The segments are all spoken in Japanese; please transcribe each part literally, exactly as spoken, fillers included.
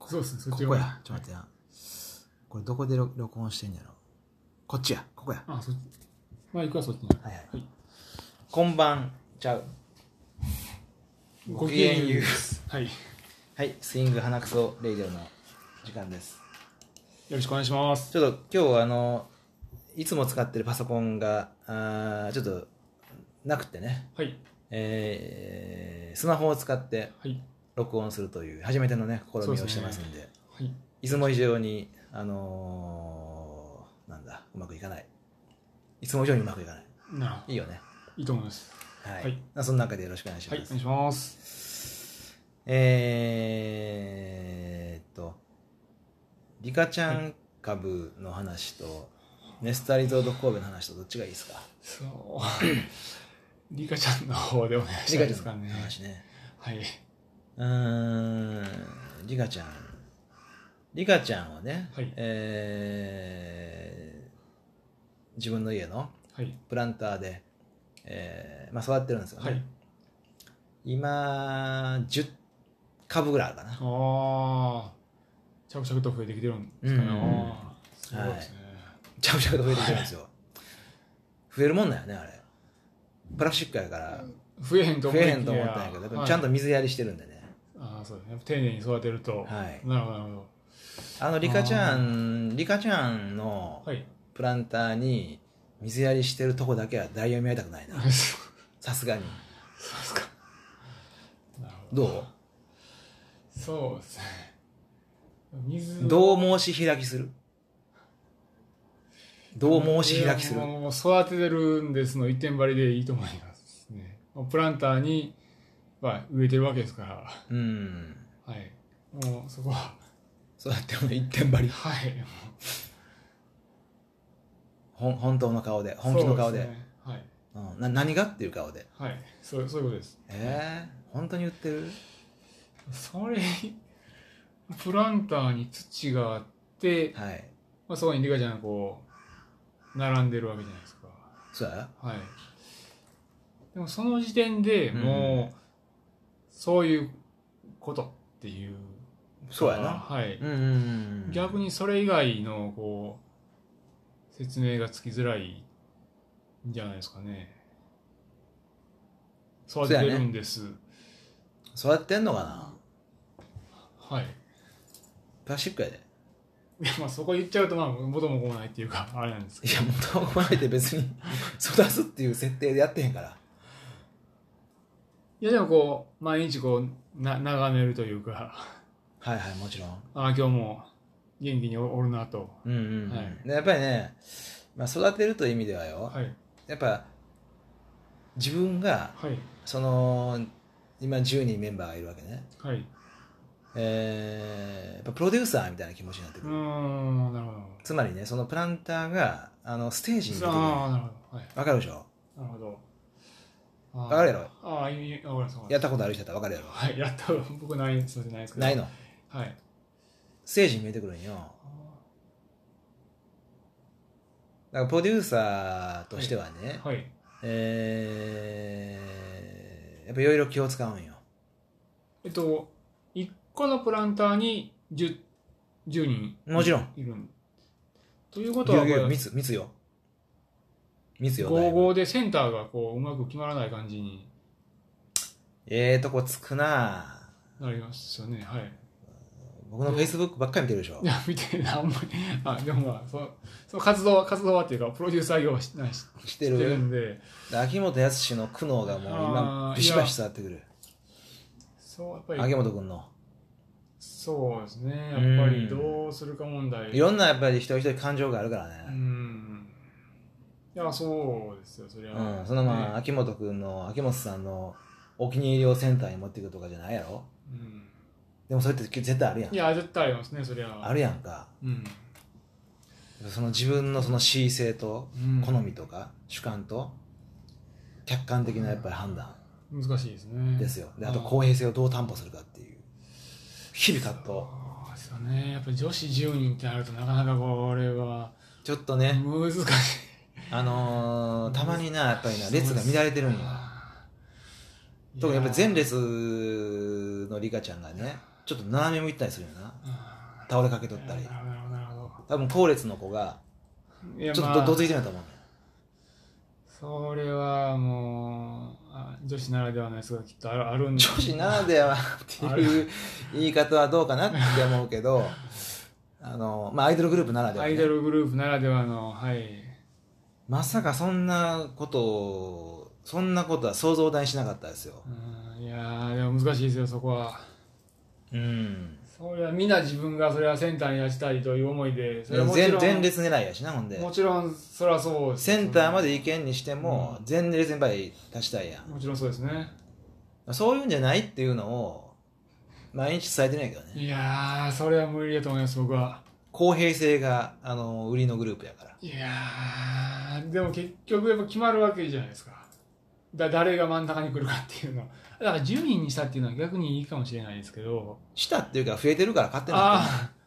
こそうですね、そっちここや。ちょっと待ってな、はい、これどこで録音してんやろ。こっちや、ここや。 あ、そっち。まあ行くわ、そっちに。 はいはい、はい、こんばんちゃうごきげんゆう。 はいはい、スイング花くそレイディオの時間です。 よろしくお願いします。 ちょっと今日あのいつも使ってるパソコンがあちょっとなくてね、 はい、 えー、スマホを使って録音するという初めてのね試みをしてますんで、 ね、はい、 いつも以上にあのー、なんだうまくいかない、いつも以上にうまくいかない。 ないいよね。いいと思います。 はい、はい、その中でよろしくお願いします。 はい、お願いします。 えーっとリカちゃん株の話と、はい、ネスタリゾート神戸の話とどっちがいいですか？ そうリカちゃんの方でお願いしたいですかね。 リカちゃんの話ね。 はい。 うーんリカちゃんリカちゃんはね、はい、えー、自分の家のプランターで、はい、えーまあ、育ってるんですよね、はい、今じゅっかぶぐらいあるかな。 ああ着々と増えてきてるんですかね。うんうん、あすごいですね、 はい、着々と増えてきてるんですよ、はい、増えるもんだよね。あれプラスチックやから増えへんと思ったんやけど、はい、ちゃんと水やりしてるんでね。 ああそうですね、丁寧に育てると、はい、なるほどなるほど。 あのリカちゃんリカちゃんのプランターに水やりしてるとこだけは誰よりもやりたくないなさすがに。 そうですか。なるほど。 どう？そうですね。水どう申し開きする？どう申し開きする？ もう育ててるんですの一点張りでいいと思いますね。プランターには植えてるわけですから。うん。はい。もうそこはそうやっても一点張り。 はい。 ほん本当の顔で、本気の顔で。 そうですね。はい。 うん、な何がっていう顔で。 はい。そうそういうことです。 えー、本当に売ってる？ それプランターに土があって、はい。まあそこにリカちゃんがこう並んでるわけじゃないですか。 そうや。 はい。でもその時点でもう、うん、そういうことっていう。 そうやな。 はい。 うんうんうん、 逆にそれ以外のこう説明がつきづらいんじゃないですかね。育ててるんです。 育ててんのかな。 はい。 プラスチックやで。 いやまあそこ言っちゃうとまあ元も子もないっていうかあれなんですけど。 いや元も子もないって別に育つっていう設定でやってへんから。 いやでもこう毎日こうな眺めるというか。 はいはいもちろん。 ああ今日も元気におるなと。 うんうん、うんはい、でやっぱりね、まあ、育てるという意味ではよ、はい、やっぱ自分が、はい、その今じゅうにんメンバーがいるわけね。はい。えー、やっぱプロデューサーみたいな気持ちになってくる。うんなるほど。つまりねそのプランターがあのステージに出てくる。ああなるほど。はい。わかるでしょ。なるほど。わかるやろ。ああ、いい、わかります。やったことある人だったらわかるやろ。はい、やった僕ないですないですけど。ないの。はい。ステージに見えてくるんよ。だからプロデューサーとしてはね、はいはい、えー、やっぱいろいろ気を使うんよ。えっといっこのプランターに 10, じゅうにんもちろんいるんということは密密よ。密よ。ごごでセンターがこううまく決まらない感じにええー、とこつくななりますよね。はい。僕のフェイスブックばっかり見てるでしょ。いや見てないあんまり。あでもまあそのその活動は活動はっていうかプロデューサー業をしししてるしてるんで。秋元康の苦悩がもう今ビシバシ伝わってくる。そうやっぱり秋元君のそうですね。やっぱりどうするか問題。いろんなやっぱり一人一人感情があるからね。うんいやそうですよそりゃ。うん、そのまあ、ね、秋元君の秋元さんのお気に入りをセンターに持っていくとかじゃないやろ。うんでもそれって絶対あるやん。いや絶対ありますねそりゃ。あるやんか。うん。その自分のその恣意性と好みとか主観と客観的なやっぱり判断、うん、難しいですね。ですよ。であと公平性をどう担保するかっていう日々葛藤。そうですよね。やっぱり女子じゅうにんってなるとなかなかこれはちょっとね難しい。あのー、たまになやっぱりな列が乱れてるんよ。特にやっぱり前列のリカちゃんがねちょっと斜め向いたりするよな。 倒れかけとったり、 なるほどなるほど、 多分後列の子がちょっと ど,、まあ、どついてると思うね。 それはもうあ女子ならではのやつがきっとあ る, あるん女子ならではっていう言い方はどうかなって思うけどあの、まあ、アイドルグループならでは、ね、 アイドルグループならではの、はい、 まさかそんなことをそんなことは想像だにしなかったですよ。 うん、いやでも難しいですよそこは。 うん、 それはみんな自分がそれはセンターに立ちたいという思いで、それはもちろん前列狙いやしな、ほんでもちろんそれはそうです。 センターまで行けんにしても、うん、前列にやっぱり立ちたいやん。 もちろんそうですね。 そういうんじゃないっていうのを毎日伝えてないけどね。 いやーそれは無理だと思います。僕は公平性があの売りのグループやから。 いやーでも結局やっぱ決まるわけじゃないですか。だ誰が真ん中に来るかっていうのだからじゅうにんにしたっていうのは逆にいいかもしれないですけど、 したっていうか増えてるから勝手になってる。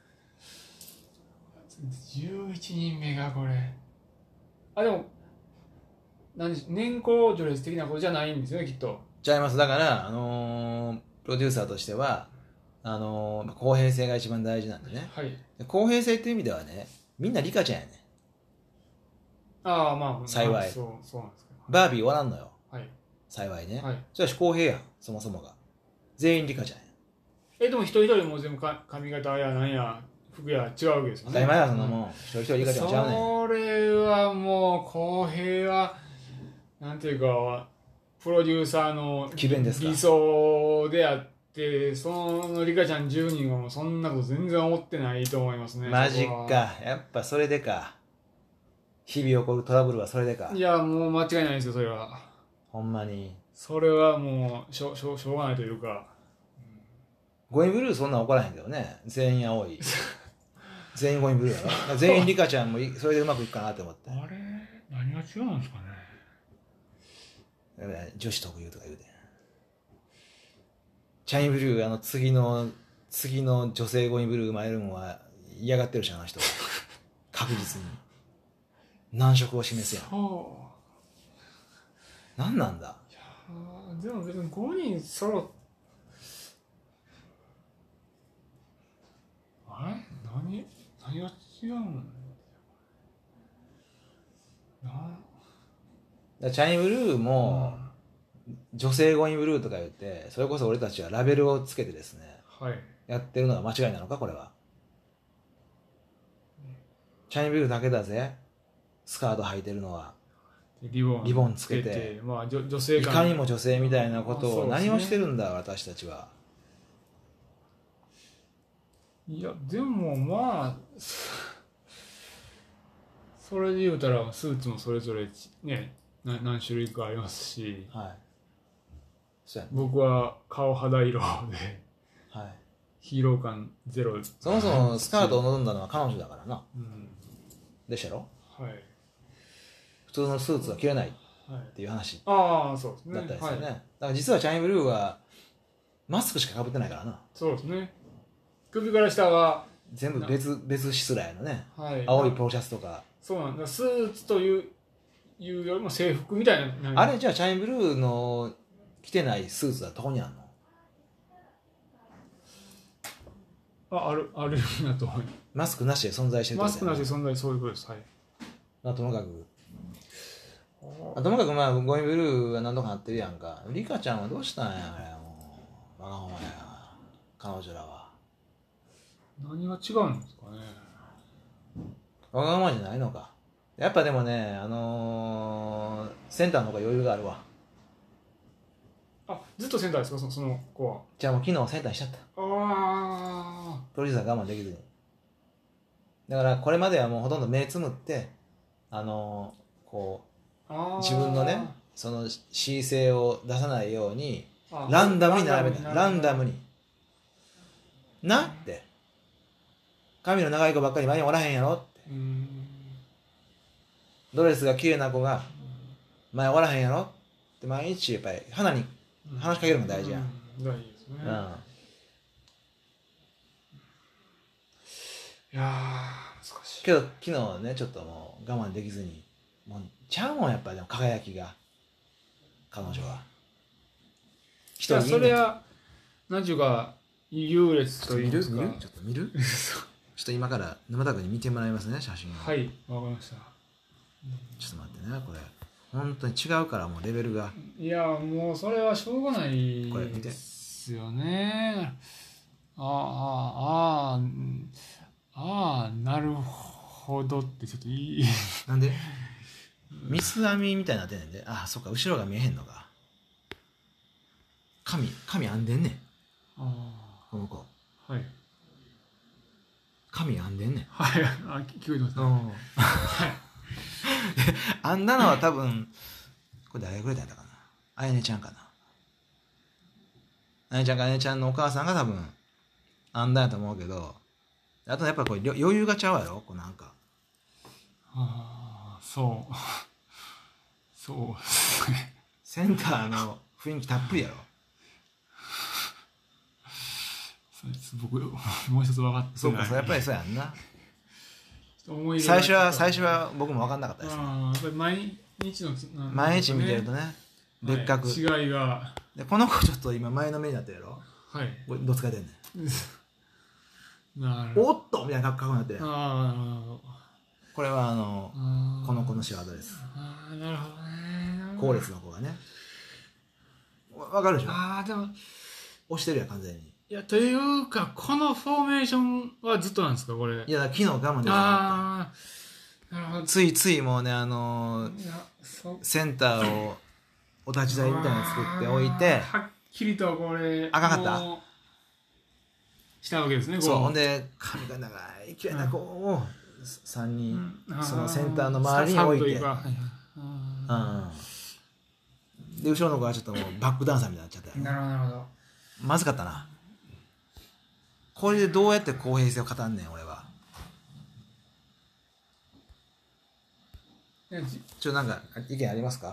じゅういちにんめがこれあでも何年功序列的なことじゃないんですよねきっと。 ちゃいます。だから、あのー、プロデューサーとしてはあのー、公平性が一番大事なんでね、 はい、 公平性っていう意味ではねみんなリカちゃんやね。 ああまあ幸い、 まあ、そうそうなんですけどバービーおらんのよ、 はい、 幸いね、 はい、 それは公平やんそもそもが全員リカちゃんや。 えでも一人一人も全部か髪型やなんや服や違うわけですよね。 当たり前やそんなもん、うん、一人一人リカちゃんちゃうねん。 それはもう公平はなんていうかプロデューサーの理想であってそのリカちゃんじゅうにんはもうそんなこと全然思ってないと思いますね。 マジか、やっぱそれでか。日々起こるトラブルはそれでか。 いやもう間違いないですよそれは。 ほんまにそれはもうしょ, しょ, しょうがないというか、 うん、ゴインブルーそんなん起こらへんけどね。全員青い全員ゴインブルーやろ全員リカちゃんもそれでうまくいくかなって思って。 あれ何が違うんですかね。 女子特有とか言うてチャインブルーあの次の次の女性ゴインブルー生まれるのは嫌がってるしあの人確実に難色を示すやん。何なんだ。 いやでも別にごにん揃っあれ何何が違うんだチャインブルーも、うん、女性ゴインブルーとか言ってそれこそ俺たちはラベルをつけてですね、 はい、 やってるのが間違いなのかこれは。チャインブルーだけだぜスカート履いてるのはリボンリボンつけて、 つけてまあ、女性いかにも女性みたいなことを何をしてるんだ、 ね、 私たちは。 いやでもまあそれで言うたらスーツもそれぞれね何種類かありますし、 はい、そうやね、 僕は顔肌色で、 はい、 ヒーロー感ゼロ。 そもそもスカートを望んだのは彼女だからな、うん、でしたろ、 はい、 普通のスーツは着れないっていう話だったですよね、はい、だから実はチャインブルーはマスクしかかぶってないからな。 そうですね。首から下は全部別別シスラーやのね、 はい、 青いポロシャツとか。 そうなんだ。スーツといういうよりも制服みたいな。 あれじゃあチャインブルーの着てないスーツはどこにあるの？ あ、あるあるなと思い。 マスクなしで存在してる、ね、 マスクなしで存在、そういうことです。はい。 まあともかくあともかくまあゴインブルーは何度かなってるやんか。リカちゃんはどうしたんやあれ、もうわがままや彼女らは。 何が違うんですかね。 わがままじゃないのか。やっぱでもね、あのー、センターの方が余裕があるわ。 あ、ずっとセンターですか、その子は。 じゃあもう昨日センターにしちゃった。 ああ。 プロデューサー我慢できずに。だからこれまではもうほとんど目つむって、あのー、こう自分のね、その恣意性を出さないようにランダムに並べた。ランダムに。なって。髪の長い子ばっかり前におらへんやろって。うーん、ドレスが綺麗な子が前おらへんやろって毎日やっぱり花に話しかけるのが大事やん。 うん、大事ですね。うん、いやー難しいけど昨日ねちょっともう我慢できずにもうちゃうもんやっぱりでも輝きが彼女は。 いやそれは何ちゅうか優劣というんですか。 ちょっと見るちょっと見るちょっと今から沼田君に見てもらいますね、写真を。 はい、わかりました。 ちょっと待ってね、これ本当に違うからもうレベルが。 いやもうそれはしょうがないですよね。ああああああなるほどってちょっといいなんで三つ編みみたいになってんねんで。ああそっか、後ろが見えへんのか。髪髪編んでんねん。ああこの子。はい。髪編んでんねん。 はい。あ聞こえてますね。はい。 編んだのは多分これ誰くれたんだかな。あやねちゃんかな。あやねちゃんかあやねちゃんのお母さんが多分編んだんやと思うけど、あとやっぱこれ余裕がちゃうやろ、こうなんか。 ああそうそうですね。 センターの雰囲気たっぷりやろ。 僕もう一つ分かってない。 そうか、やっぱりそうやんな。最初は最初は僕も分かんなかったですね。 あやっぱり毎日の、ね、 毎日見てるとね、別格、 はい、違いがでこの子ちょっと今前のめりになってるやろ。はい。これどつかれてんねん。なるほど。おっとみたいな格好になってるやん。ああなるほど。これはあのあこの子の仕業です。 ああなるほどね。 後列の子がね。わかるでしょ。 ああでも押してるやん完全に。 いやというかこのフォーメーションはずっとなんですかこれ。 いや昨日我慢できなかった。なるほど。ついついもうねあのー、センターをお立ち台みたいなの作っておいてはっきりとこれ赤かったしたわけですね。 そうほんで髪が長い綺麗な子をさんにん、うん、そのセンターの周りに置いて、うん、で後ろの子はちょっともうバックダンサーみたいになっちゃったよ。 なるほどなるほど。 まずかったな。これでどうやって公平性を語んねん俺は。ちょっとなんか意見ありますか。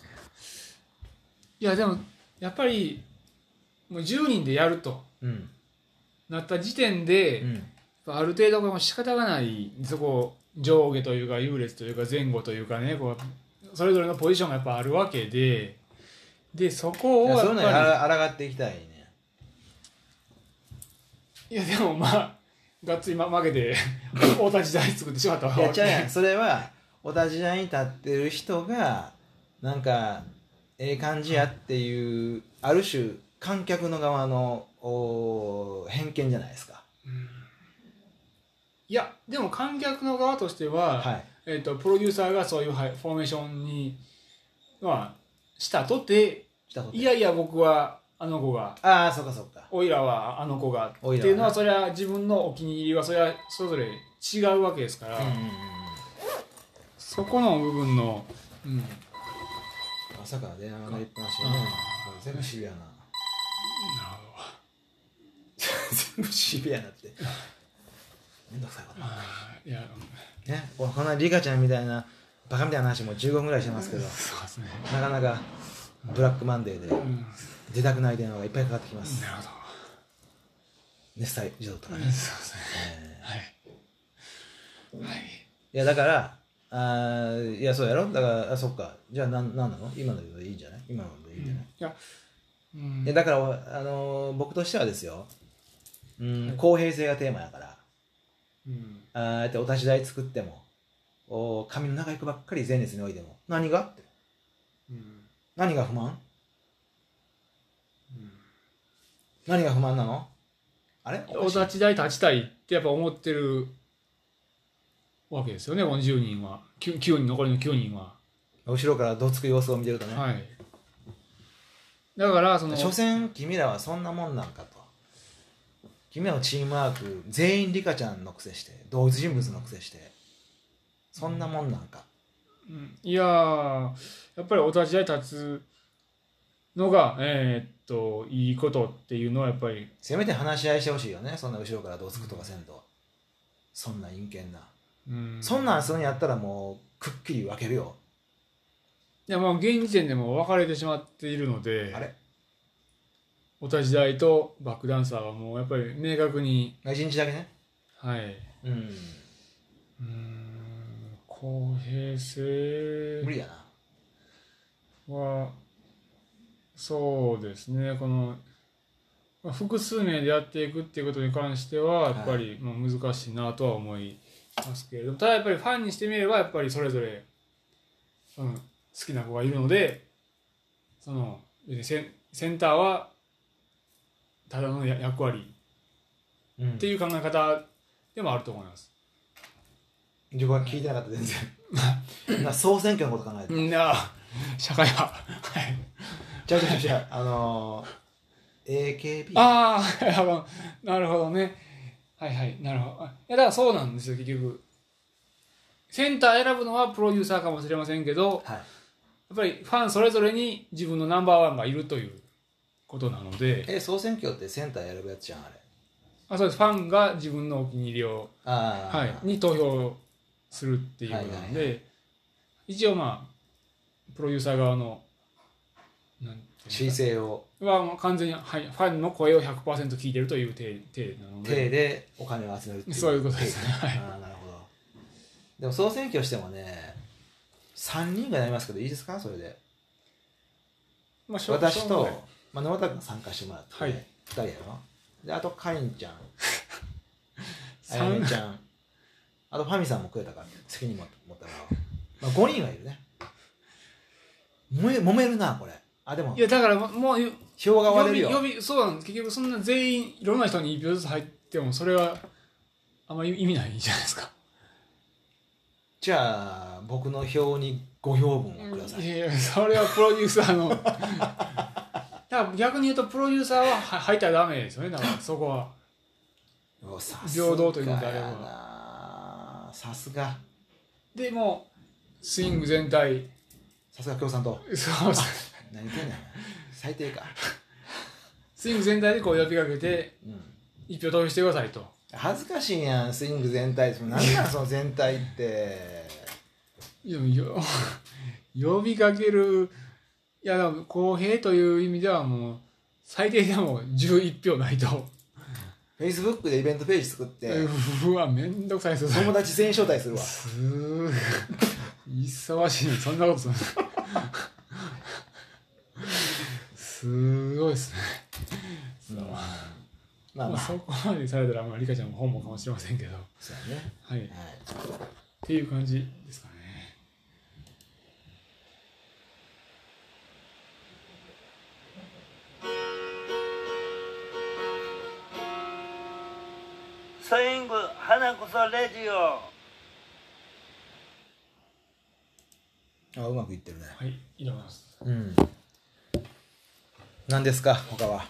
いやでもやっぱりもうじゅうにんでやると、うん、なった時点で、うん、ある程度これ仕方がないそこ上下というか優劣というか前後というかねこうそれぞれのポジションがやっぱあるわけででそこをやっぱりそういうのにあらがっていきたいね。 いやでもまあがっつり負けてお立ち台作ってしまったわけ。 いやちゃうやんそれはお立ち台に立ってる人がなんかええ感じやっていうある種観客の側の偏見じゃないですか。うん、 いやでも観客の側としては、はいえー、とプロデューサーがそういうフォーメーションに、まあ、したとていやいや僕はあの子がああそうかそうかおいらはあの子がっていうのはそれは自分のお気に入りはそれはそれぞれ違うわけですから、うんうんうん、そこの部分の、うん、 朝から電話がいっぱなしでね全部シビアななるほど全部シビアなってめんどくさいこといやねこんなリカちゃんみたいなバカみたいな話もじゅうごふんぐらいしてますけど、そうですね、なかなかブラックマンデーで、うん出たくない電話がいっぱいかかってきます。なるほど。熱帯児童とかね。そうですね。えー、はい。はい。いやだからあいやそうやろだからあそっかじゃあなんなんなの今のでいいんじゃない今のでいいんじゃない、うん、いや、うん、いやだからあのー、僕としてはですよ、うん、はい、公平性がテーマやから、うん、あってお立ち台作ってもお髪の長い子ばっかり前列に置いても何がって、うん、何が不満何が不満なのあれお立ち台立ちたいってやっぱ思ってるわけですよねこのじゅうにんは 9, 9人残りのきゅうにんは後ろからどつく様子を見てるとね、はい、 だからその所詮君らはそんなもんなんかと君らのチームワーク全員リカちゃんの癖して同一人物の癖してそんなもんなんか、 うん、いややっぱりお立ち台立つのが、えー、っといいことっていうのはやっぱりせめて話し合いしてほしいよね。そんな後ろからどつくとかせんと、うん、そんな陰険な、うん、そんなんするんやったらもうくっきり分けるよ。 いやもう現時点でも分かれてしまっているのであれお立ち台とバックダンサーはもうやっぱり明確にいちにちだけねはいうんうん公平性無理やなはそうですねこの複数名でやっていくっていうことに関してはやっぱりまあ難しいなとは思いますけれども、ただやっぱりファンにしてみればやっぱりそれぞれ、うん、好きな子がいるので、そのセセンターはただの役割っていう考え方でもあると思います。 自分は聞いてなかった全然総選挙のこと考えてみんな社会派はいじゃあじゃあじゃああのー、エーケービーああなるほどね、はいはいなるほど。いやだからそうなんですよ。結局センター選ぶのはプロデューサーかもしれませんけど、はい、やっぱりファンそれぞれに自分のナンバーワンがいるということなので。 え総選挙ってセンター選ぶやつじゃんあれ。 あそうです。ファンが自分のお気に入りを、はい、に投票するっていうことなので、はいはいはい、一応まあプロデューサー側の姿勢をはもう完全に、はい、ファンの声を ひゃくパーセント 聞いてるという体なので、 体でお金を集めるっていうそういうことですね。はい、 あなるほど。でも総選挙してもねさんにんがなりますけどいいですかそれで、まあ、私と、まあ、野田君参加してもらって、はい、ふたりやろであとかりんちゃんあやめちゃんあとファミさんもくれたから責任持ったら、まあ、ごにんはいるね。もめ揉めるなこれ。あでもいやだからもう票が割れるよ。 予備そうなんです。結局そんな全員いろんな人にいち票ずつ入ってもそれはあんまり意味ないじゃないですか。 じゃあ僕の票にごひょうぶんをください。 いやいやそれはプロデューサーのだから逆に言うとプロデューサーは入ったらダメですよね。だからそこは平等というのであればさすがでもスイング全体さすが共産党そう何言ってんねん最低かスイング全体でこう呼びかけて、うん、一票投票してくださいと。 恥ずかしいやんスイング全体何なんその全体っていや呼びかけるいやだから公平という意味ではもう最低でもじゅういち票ないとフェイスブックでイベントページ作ってうわめんどくさいです友達全員招待するわすー忙しいねそんなことするすごいですね、うんまあまあまあ、そこまでされたらまあリカちゃんも本望かもしれませんけどそうやねはい、はい、っていう感じですかね。 スイング花こそレジオあうまくいってるね。 はいいります。 うん何ですか他は。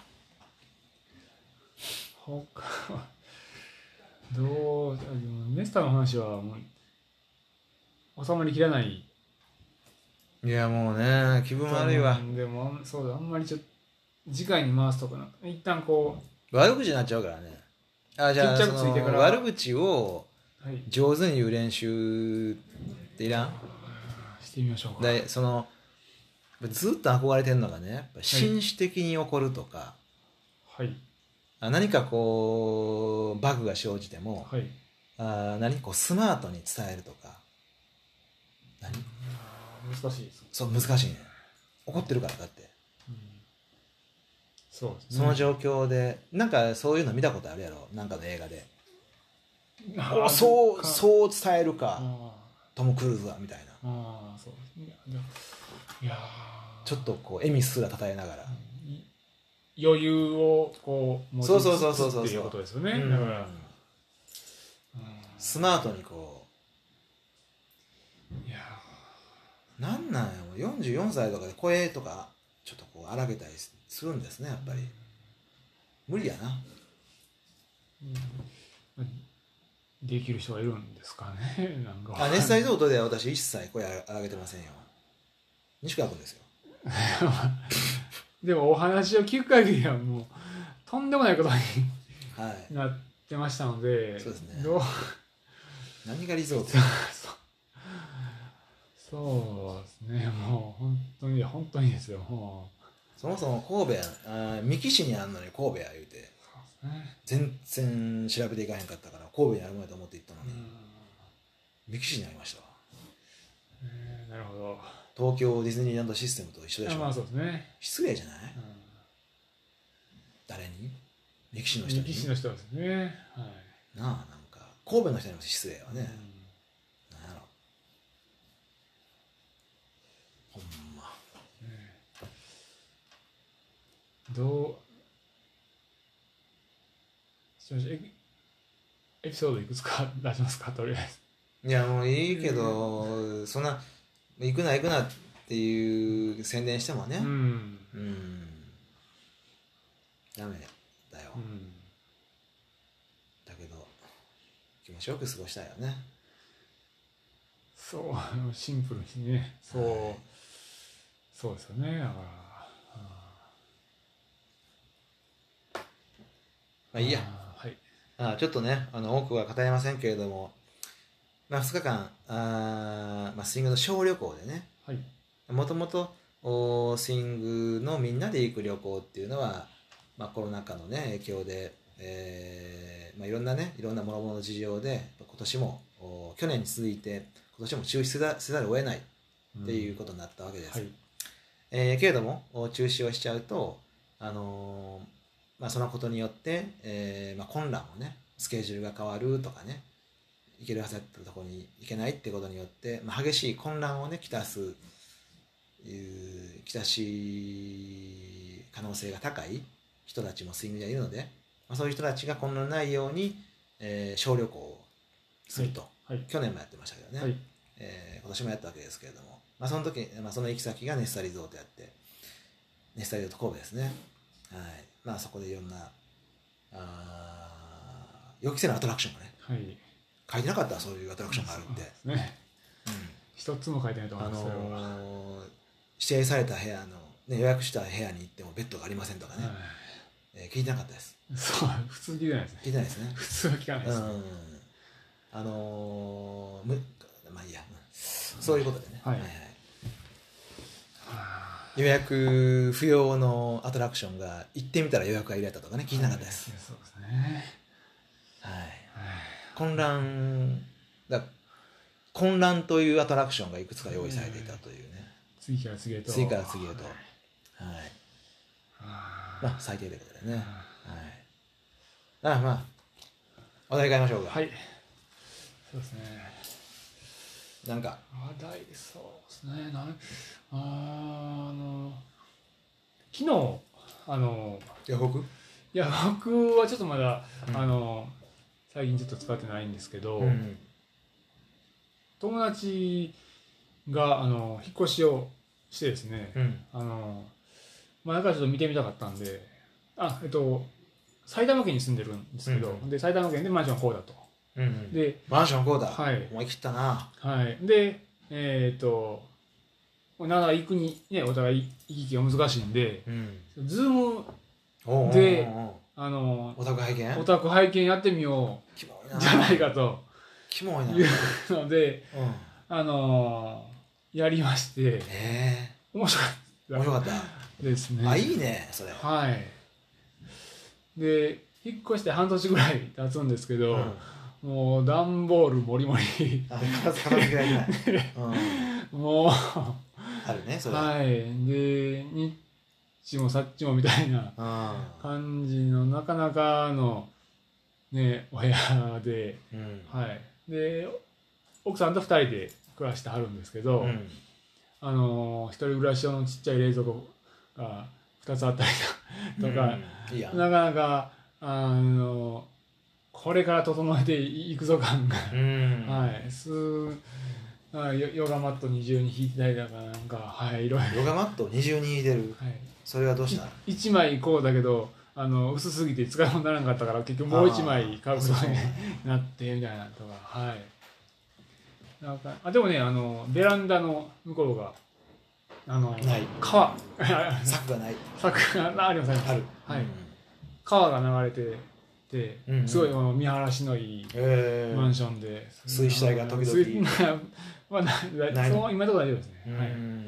他はどうネスタの話はもう収まりきらない。 いやもうね気分悪いわ。 でもそうだあんまりちょっと次回に回すとかな一旦こう悪口になっちゃうからね。あじゃあその悪口を上手に言う練習っていらん、はい、 してみましょうか。 でそのずっと憧れてるのがねやっぱ紳士的に怒るとか、 はい、 何かこうバグが生じても、はい、あ何こうスマートに伝えるとか何難しいです。 そう難しいね怒ってるからだって、うん、 そうですね、 その状況でなんかそういうの見たことあるやろなんかの映画であそうそう伝えるかトム・クルーズはみたいなあそうですねいやちょっとこう笑みすらたたえながら余裕をこう持ちつつっていうことですよね。だから、うん、 スマートにこういやなんなんやもうよんじゅうよんさいとかで声とかちょっとこう荒げたりするんですねやっぱり無理やな、 うん、できる人がいるんですかね。なんかあネスタリゾートでは私一切声荒げてませんよ。西川君ですよでもお話を聞く限りはもうとんでもないことに、はい、なってましたのでそうですねどう何がリゾートそうですねもう本当に本当にですよ。もうそもそも神戸やあ三木市にあんのに神戸や言うてそうです、ね、全然調べていかへんかったから神戸にあるもんやと思って行ったのに三木市にありましたわ。 えー、なるほど。 東京ディズニーランドシステムと一緒でしょ。 まあそうですね。 失礼じゃない、うん、誰に力士の人に力士の人ですね、はい、 なあ、なんか神戸の人にも失礼はね、うん、なんやろほんま、 ね、どうエピソードいくつか出しますか、とりあえず。いやもういいけど、うん、そんな行くな行くなっていう宣伝してもね、うん、うん、ダメだよ、うん、だけど気持ちよく過ごしたいよね。 そう、シンプルにね、そう、はい、そうですよね。だから、 まあいいや、はい、あちょっとね、あの多くは語れませんけれども、まあ、ふつかかんあ、まあ、スイングの小旅行でね、もともとスイングのみんなで行く旅行っていうのは、まあ、コロナ禍の、ね、影響で、えーまあ、いろんなねいろんな諸々の事情で今年も去年に続いて今年も中止せざ、せざるを得ないっていうことになったわけです、うん、はい、えー、けれども中止をしちゃうと、あのーまあ、そのことによって、えーまあ、混乱もねスケジュールが変わるとかね行けるはずだったところに行けないってことによって、まあ、激しい混乱をねきたすきたし可能性が高い人たちもスイングにはいるので、まあ、そういう人たちが混乱ないように、えー、小旅行をすると、はいはい、去年もやってましたけどね、はい、えー、今年もやったわけですけれども、まあ、その時、まあ、その行き先がネスタリゾートやってネスタリゾート神戸ですね、はい、まあ、そこでいろんなあ予期せぬアトラクションがね、はい、書いてなかったそういうアトラクションがあるって、 そうですね、うん、一つも書いてないと思います、あのー、指定された部屋の、ね、予約した部屋に行ってもベッドがありませんとかね、はい、えー、聞いてなかったです。 そう、普通聞いてないですね。 聞いてないですね。 普通は聞かないですね。うん、 あのー、むまあいいや、そういうことでね、はいはいはい、予約不要のアトラクションが行ってみたら予約が入れたとかね、聞いてなかったです。はい、そうですね。はい。混乱だ混乱というアトラクションがいくつか用意されていたというね。 次から次へと。 次から次へと。はい。まあ最低ということでね。はい。ああまあお題変えましょうか。 はい。そうですね。 なんか話題そうですね。なんああの昨日あのヤフオク？ いや僕はちょっとまだ、うん、あの最近ちょっと使ってないんですけど、うん、友達があの引っ越しをしてですね、うん、あのまあだからちょっと見てみたかったんで、あえっと埼玉県に住んでるんですけど、うん、で埼玉県でマンションこうだと、 うんうん、でマンションこうだ、はい、思い切ったな、 はい、でえー、っとなかなか行くにねお互い行き来が難しいんで、うん、ズームであのオタク拝見オタク拝見やってみようじゃないかとキモいないうので、うん、あのやりまして、 えー、面白かった面白かったですね。 あいいねそれ。 はいで引っ越して半年ぐらい経つんですけど、うん、もう段ボールもりもり片付けられてない、 うん、もうあるねそれ。 はいでニッチもサッチもみたいな感じのなかなかのねお部屋で、うん、はいで奥さんとふたりで暮らしてはるんですけど、うん、あの一人暮らし用のちっちゃい冷蔵庫がふたつあったりとか、うん、いいなかなかあのこれから整えていくぞ感が、うん、はいすヨ, ヨガマット二重に引いてたりだかなんかはいいろいろヨガマット二重に引いてる、はい、それはどうしたいちまいこうだけどあの薄すぎて使い物にならなかったから結局もういちまい買うことになってみたいなとかはいなんかあでもねあのベランダの向こうがあのない川柵がない柵がありますねある、 はい、うん、川が流れてて、うんうん、すごい見晴らしのいいマンションで、 水死体が時々 まあ、ないその今のところ大丈夫ですね。 うん、はい、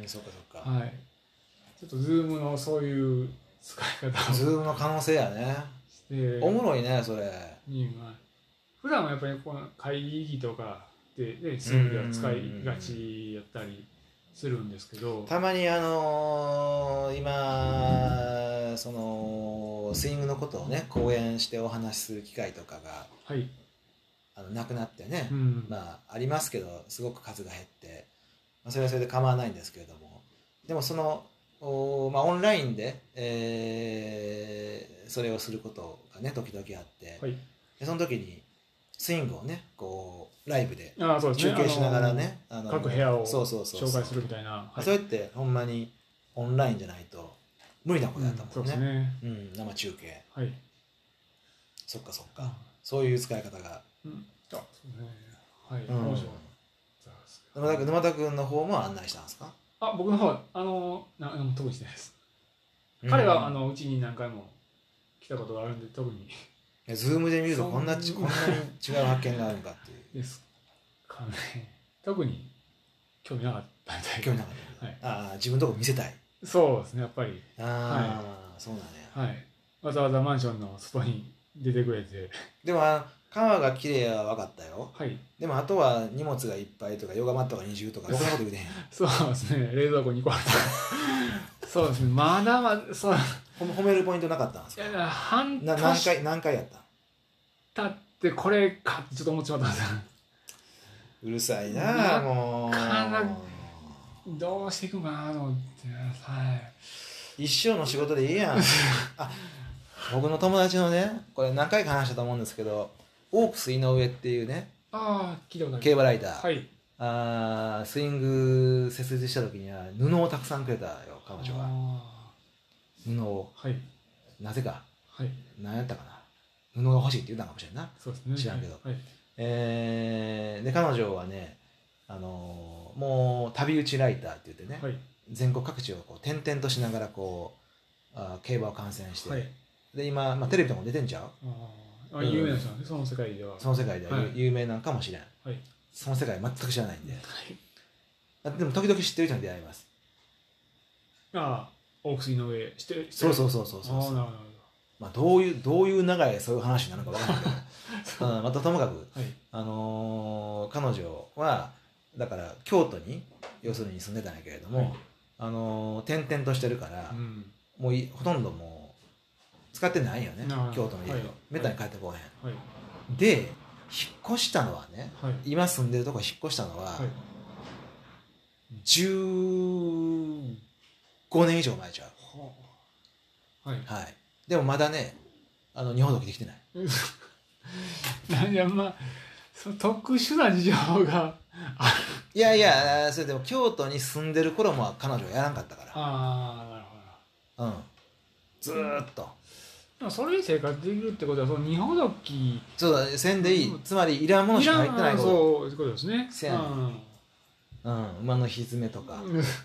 そうかそうか。 はい。ちょっとズームのそういう使い方を。 ズームの可能性やね。おもろいねそれ。 にまあ、普段はやっぱりこの会議とかで、ね、スームでは使いがちやったりするんですけど、 たまにあのー、今そのスイングのことをね講演してお話しする機会とかが、 はい、 あのなくなってね、 うん、 まあありますけどすごく数が減って、まあ、それはそれで構わないんですけれども、でもそのお、まあ、オンラインで、えー、それをすることがね時々あって、 はい、 でその時にスイングをねこうライブでああそうですね、 中継しながらね、 あの各部屋をそうそうそう紹介するみたいな、 はい、それってほんまにオンラインじゃないと無理なことだったもんね、うん、そうですね、うん、生中継、 はい、 そっかそっか、うん、そういう使い方が、 うん、あそうね、はい、 うん、 面白い。 沼田君の方も案内したんですか？ あ、僕の方はあのな特にしてないです。彼はあのうちに何回も来たことがあるんで特に。 ズームで見るとこんなちこんなに違う発見があるかっていう。 ですかね。特に興味なかったみたい。 興味なかった。はい、ああ自分のとこ見せたい。 そうですねやっぱり。 ああ、はい、そうだね。 はい。わざわざマンションの外に出てくれて。 でも川が綺麗は分かったよ。 はい。 でもあとは荷物がいっぱいとかヨガマットがにじゅうとかろくなこと言うてへん。 そうですね冷蔵庫にこあると。そうですねまだまだそう。 褒めるポイントなかったんですか？ いや半年な何回何回やった？ だってこれかってちょっと思っちまったんですよ。 うるさいなもう。 かなどうしていくかなと思って、はい。 一生の仕事でいいやん。あ、僕の友達のね、これ何回か話したと思うんですけど、オークス井上っていうね、 あ聞いたことある競馬ライダー、 はい、 あスイング設立した時には布をたくさんくれたよ彼女は。布を、 はい、 なぜか、 はい、 何やったかな、布が欲しいって言ったかもしれんな。 そうですね、 知らんけど、 はいはい、 えー、で彼女はね、あのー、もう旅打ちライターって言ってね、はい、全国各地をこう転々としながらこうあ競馬を観戦して、はい、で今、まあ、テレビとかも出てんちゃう？ ああ有名な人なんで、その世界ではその世界では有名なんかもしれん、はい、その世界全く知らないんで、はい、でも時々知ってる人に出会います。 ああオークス井上知ってる？ そうそうそうそうそうそう。あ、まあ、どういうどういう流れそういう話なのか分からないけど、うん、またともかく、はい、あのー、彼女はだから京都に要するに住んでたんやけれども、はい、あのー、転々としてるから、うん、もういほとんどもう使ってないよね京都の家を、はい、めったに帰ってこへん、はい、で引っ越したのはね、はい、今住んでるとこ引っ越したのは、はい、じゅうごねん以上前ちゃう、はいはい、でもまだねあの日本時できてないいやまあその特殊な事情がある。 いやいやそれでも京都に住んでる頃も彼女はやらんかったから。 ああなるほど、うん、 ずーっと、 うん、それに生活できるってことはその日本時そうだせんでいい、うん、つまりいらんものしか入ってないこと。 そういうことですね。 せやねん、うん、馬のひづめとか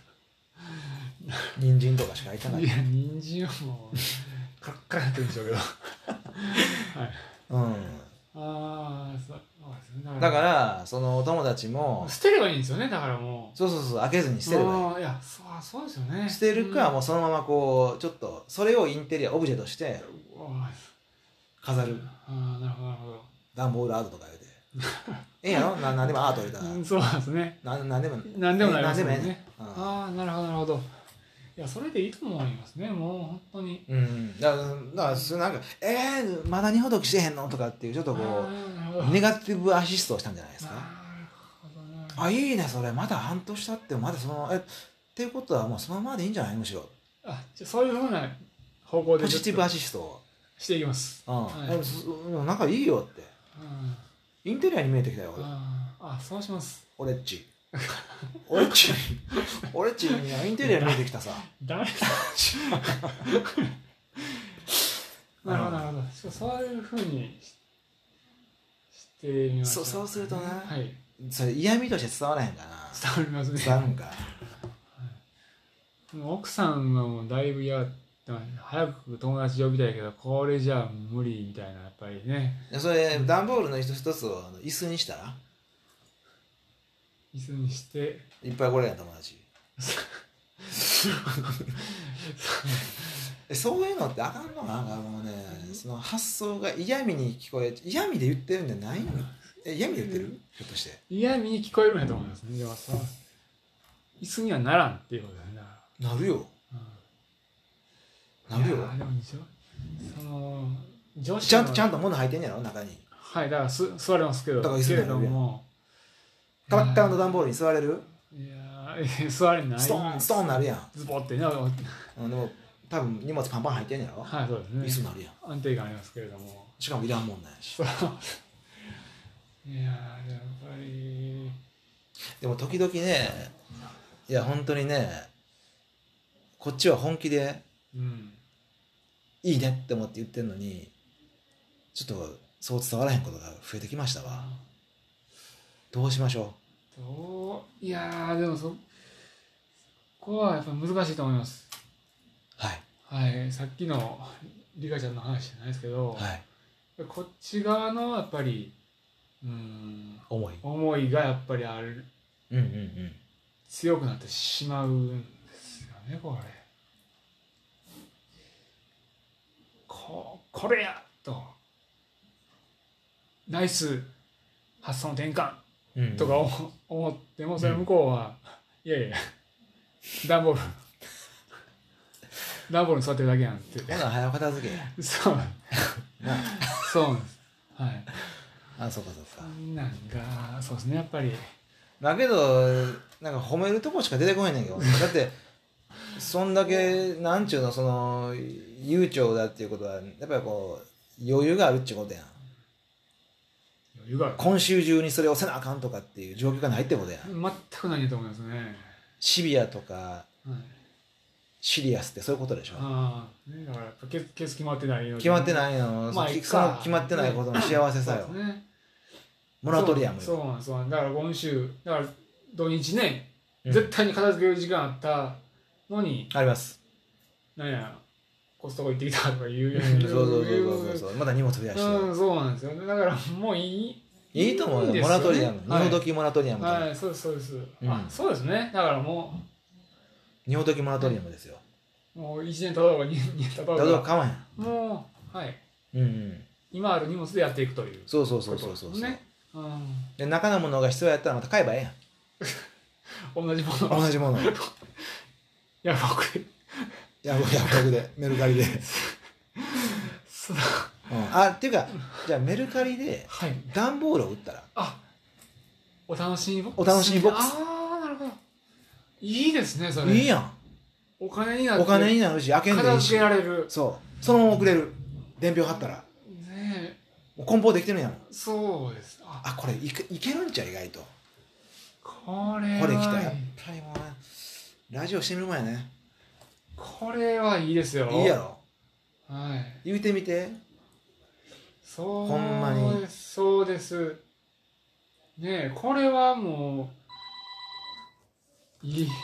人参とかしか入ってない。 いや人参はもうカッカラってるんでしょうけどはい、 うん、 ああそうですね。 だからそのお友達も捨てればいいんですよね。だからもうそうそうそう開けずに捨てればいい。 あいやそうそうですよね。 捨てるか、うん、もうそのままこうちょっとそれをインテリアオブジェとして飾る。 ああなるほどなるほど。 段ボールアートとか言うてええやろな何でもアート入れたら、 うん、そうですね。 な何でも何でもなりますね。 えね、 うん、ああなるほどなるほど。いやそれでいいと思いますね。もう本当に。 うん。だからだからそれなんかえー、まだ日本時してへんのとかっていうちょっとこうネガティブアシストをしたんじゃないですか。なるほどね。あいいねそれまだ半年経ってもまだそのえっていうことはもうそのままでいいんじゃないむしろ。 あじゃそういうふうな方向でポジティブアシストをしていきます。 うん。はい、なんかいいよって。うん、インテリアに見えてきたよ。 ああそうします。 俺っち。俺っち俺っちにインテリア見えてきたさ。 誰だなるほどなるほど。そういうふうにしてみましょう。 そうそうするとな、 はい、 それ嫌味として伝わらへんかな。 伝わりますね。 伝わるんか。はい 、奥さんはもうだいぶ嫌早く友達呼びたいけどこれじゃ無理みたいなやっぱりね。 それ段ボールの一つ一つを椅子にしたら。 椅子にしていっぱいこれやん友達そういうのってあかんのかな。もうねその発想が嫌味に聞こえ嫌味で言ってるんじゃないの。え嫌味で言ってる、うん、ひょっとして嫌味に聞こえるんやと思いますね。でもさ椅子にはならんっていうことだよな。なるよ、うん、なるよ。いやでもその女子ちゃんとちゃんと物入ってんやろ中に。 はいだからす座れますけど、だから椅子になるもカラッカラの段ボールに座れる。 いや座れない。 ストーンストーンなるやん。 ズボってね。 うん、でも多分荷物パンパン入ってんやろ。 はいそうですね。 椅子になるやん。 安定感ありますけれども。 しかもいらんもんないし。 いややっぱりでも時々ね、いや本当にね、こっちは本気で、うん、いいねって思って言ってるのにちょっとそう伝わらへんことが増えてきましたわ。どうしましょう。どういやでもそこはやっぱ難しいと思います。 はいはいさっきのリカちゃんの話じゃないですけど、はい、こっち側のやっぱりうん思い思いがやっぱりある、 うんうんうん、 強くなってしまうんですよねこれ。ここれやとナイス発想の転換とか思っても、それ向こうは、うん、いやいや段ボール段ボールに座ってるだけやんってほな早片付けそうそうなんです。はいあそうかそうか。 なんかそうですねやっぱり。 だけどなんか褒めるとこしか出てこないねんけどだってそんだけなんちゅうのその悠長だっていうことはやっぱりこう余裕があるっちゅうことやん。 余裕がある。 今週中にそれをせなあかんとかっていう状況がないってことやん。 全くないと思いますね。 シビアとか、はい、シリアスってそういうことでしょ。 ああ、ね、だからケツ決まってないの決まってないの、まあ、その決まってないことの幸せさよ、ね、モラトリアムよ。 そうなんそうなんだから今週だから土日ね、うん、絶対に片付ける時間あったのにあります。 なんやコストコ行ってきたとか言う、うん、 そうそうそうそうそうまだ荷物増やして、 うん、そうなんですよね。だからもういいいいと思うよ、ね、モラトリアム、はい、二ほどきモラトリアムはい、そうですそうです、うん、あそうですね。だからもう二ほどきモラトリアムですよ。 もういちねん経とうがにねん経とうが経とうが買わへん。 もうはい、 うんうん、 今ある荷物でやっていくという。 そうそうそうそうそうそう、 ね、うん、 で中のものが必要やったらまた買えばええやん同じもの同じものヤフオクでヤフオクでメルカリでそう、うん、あっていうかじゃあメルカリで段ボールを売ったら、 はい、あお楽しみボックスお楽しみボックスああなるほどいいですねそれ。 いいやん。 お金になるお金になるし開けんでいいし片付けられる。 そうそのまま送れる伝票貼ったらねえ梱包できてるんやもん。 そうです。 ああこれいけいけるんちゃ意外とこれはこれ来たやっぱりもうラジオしてみる前ね。 これはいいですよ。 いいやろ。 はい言うてみて。 そうほんまにそうですねえこれはもういい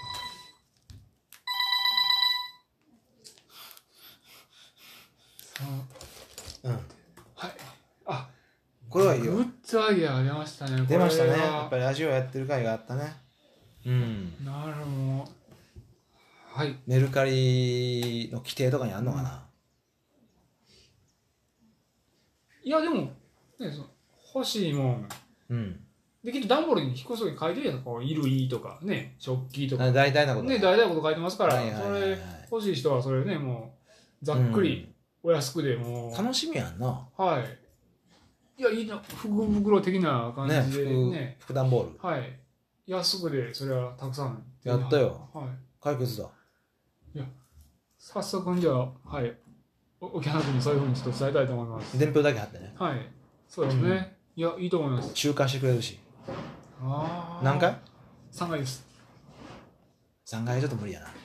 うんはいあこれはいいよ。 グッズアイデアが出ましたね。 出ましたね。やっぱりラジオやってる回があったね。うんなるほど。はいメルカリの規定とかにあんのかな、 うん、いやでも、ね、その欲しいもん、うん、できる段ボールに引っ越す時に書いてるやん。こう衣類とかね食器とか大体なことね大体なこと書いてますから、はいはいはいはい、それ欲しい人はそれねもうざっくりお安くでもう、 うん、楽しみやんな。 はいいやいいな福袋的な感じでねね福段ボールはい安くでそれはたくさんやったよ、 はい、 解決だ。 いや早速じゃあはいお客様にそういうふうにちょっと伝えたいと思います。 伝票だけ貼ってね。 はいそうですね、うん、いやいいと思います。 中華してくれるし。 ああ何階？ さんがいです。 さんがいちょっと無理やな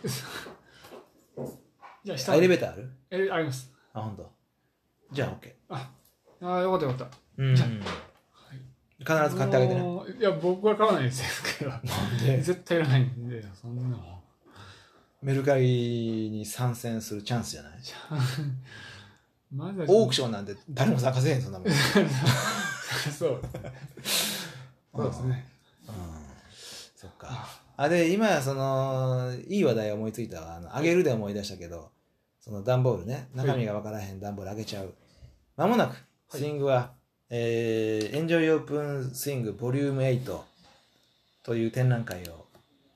じゃあ下エレベーターある？ えあります。 あ本当。じゃあ OK。 ああよかったよかった。 うんじゃあ、 はい、必ず買ってあげてね。 いや僕は買わないですけどなんで絶対いらないんでそんなのメルカリに参戦するチャンスじゃない？ ま、 オークションなんて誰も参加せへんそんなもんそうそうですね。 うんそっか。あで今そのいい話題思いついたわ。あのあげるで思い出したけどその段ボールね中身が分からへん段ボールあげちゃう。まもなくスイングは、はいえー、エンジョイオープンスイングボリュームエイトという展覧会を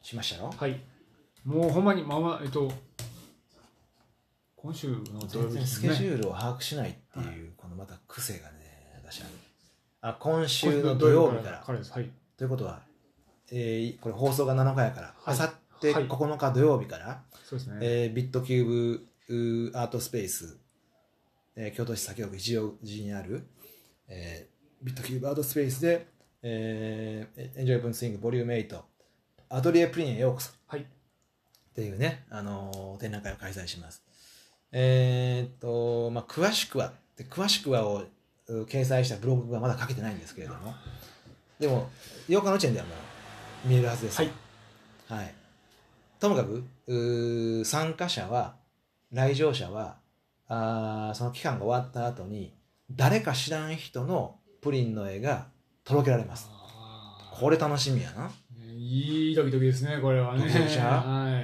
しましたよ。 はい。もうほんまにまあまあえっと今週の土曜日ですね。全然スケジュールを把握しないっていう、はい、このまた癖がね、私はあ今週の土曜日から。 からです。はい。 ということは、えー、これ放送がなのかやから、あさってここのか土曜日から、 そうですね。 えー、ビットキューブアートスペース、えー、京都市左京区一応寺にある、えー、ビットキューブアートスペースで、えー、エンジョイブンスイングボリュームエイトアトリエプリンへようこそ、 はい、 っていうね、あのー、展覧会を開催します。えー、っとまあ詳しくは詳しくはを掲載したブログがまだ書けてないんですけれども、でもようかの時点ではもう見えるはずです。 はい、 はい、ともかく参加者は来場者はあその期間が終わった後に誰か知らん人のプリンの絵が届けられます。これ楽しみやな。 いいドキドキですね、これはね。ドキドキしゃ、はい、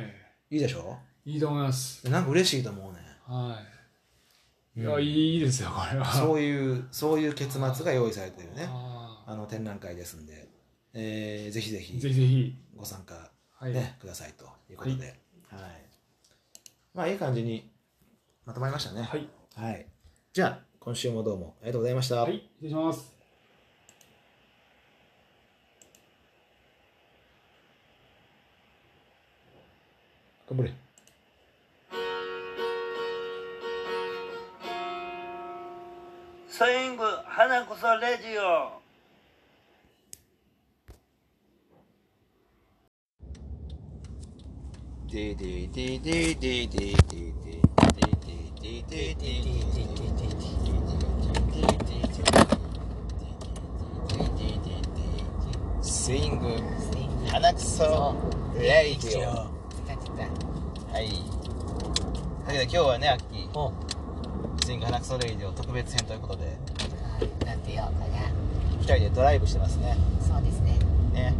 いいでしょ。 いいと思います。 なんか嬉しいと思うね。 はい。いや、うん、いいですよこれは。 そういうそういう結末が用意されているね、ああの展覧会ですんで、えー、ぜひぜひぜひぜひご参加、ね、はい、くださいということで、はい、はい、まあいい感じにまとまりましたね。 はい、 はい、じゃあ今週もどうもありがとうございました。 はい、失礼します。 頑張れ。 スイング花こそレジオ。 ででででででででスイング花くそレイディオ。はい。だけど今日はね、アッキースイング花くそレイディオ特別編ということで、 なんてようかな、 ふたりでドライブしてますね。 そうですね。 ね。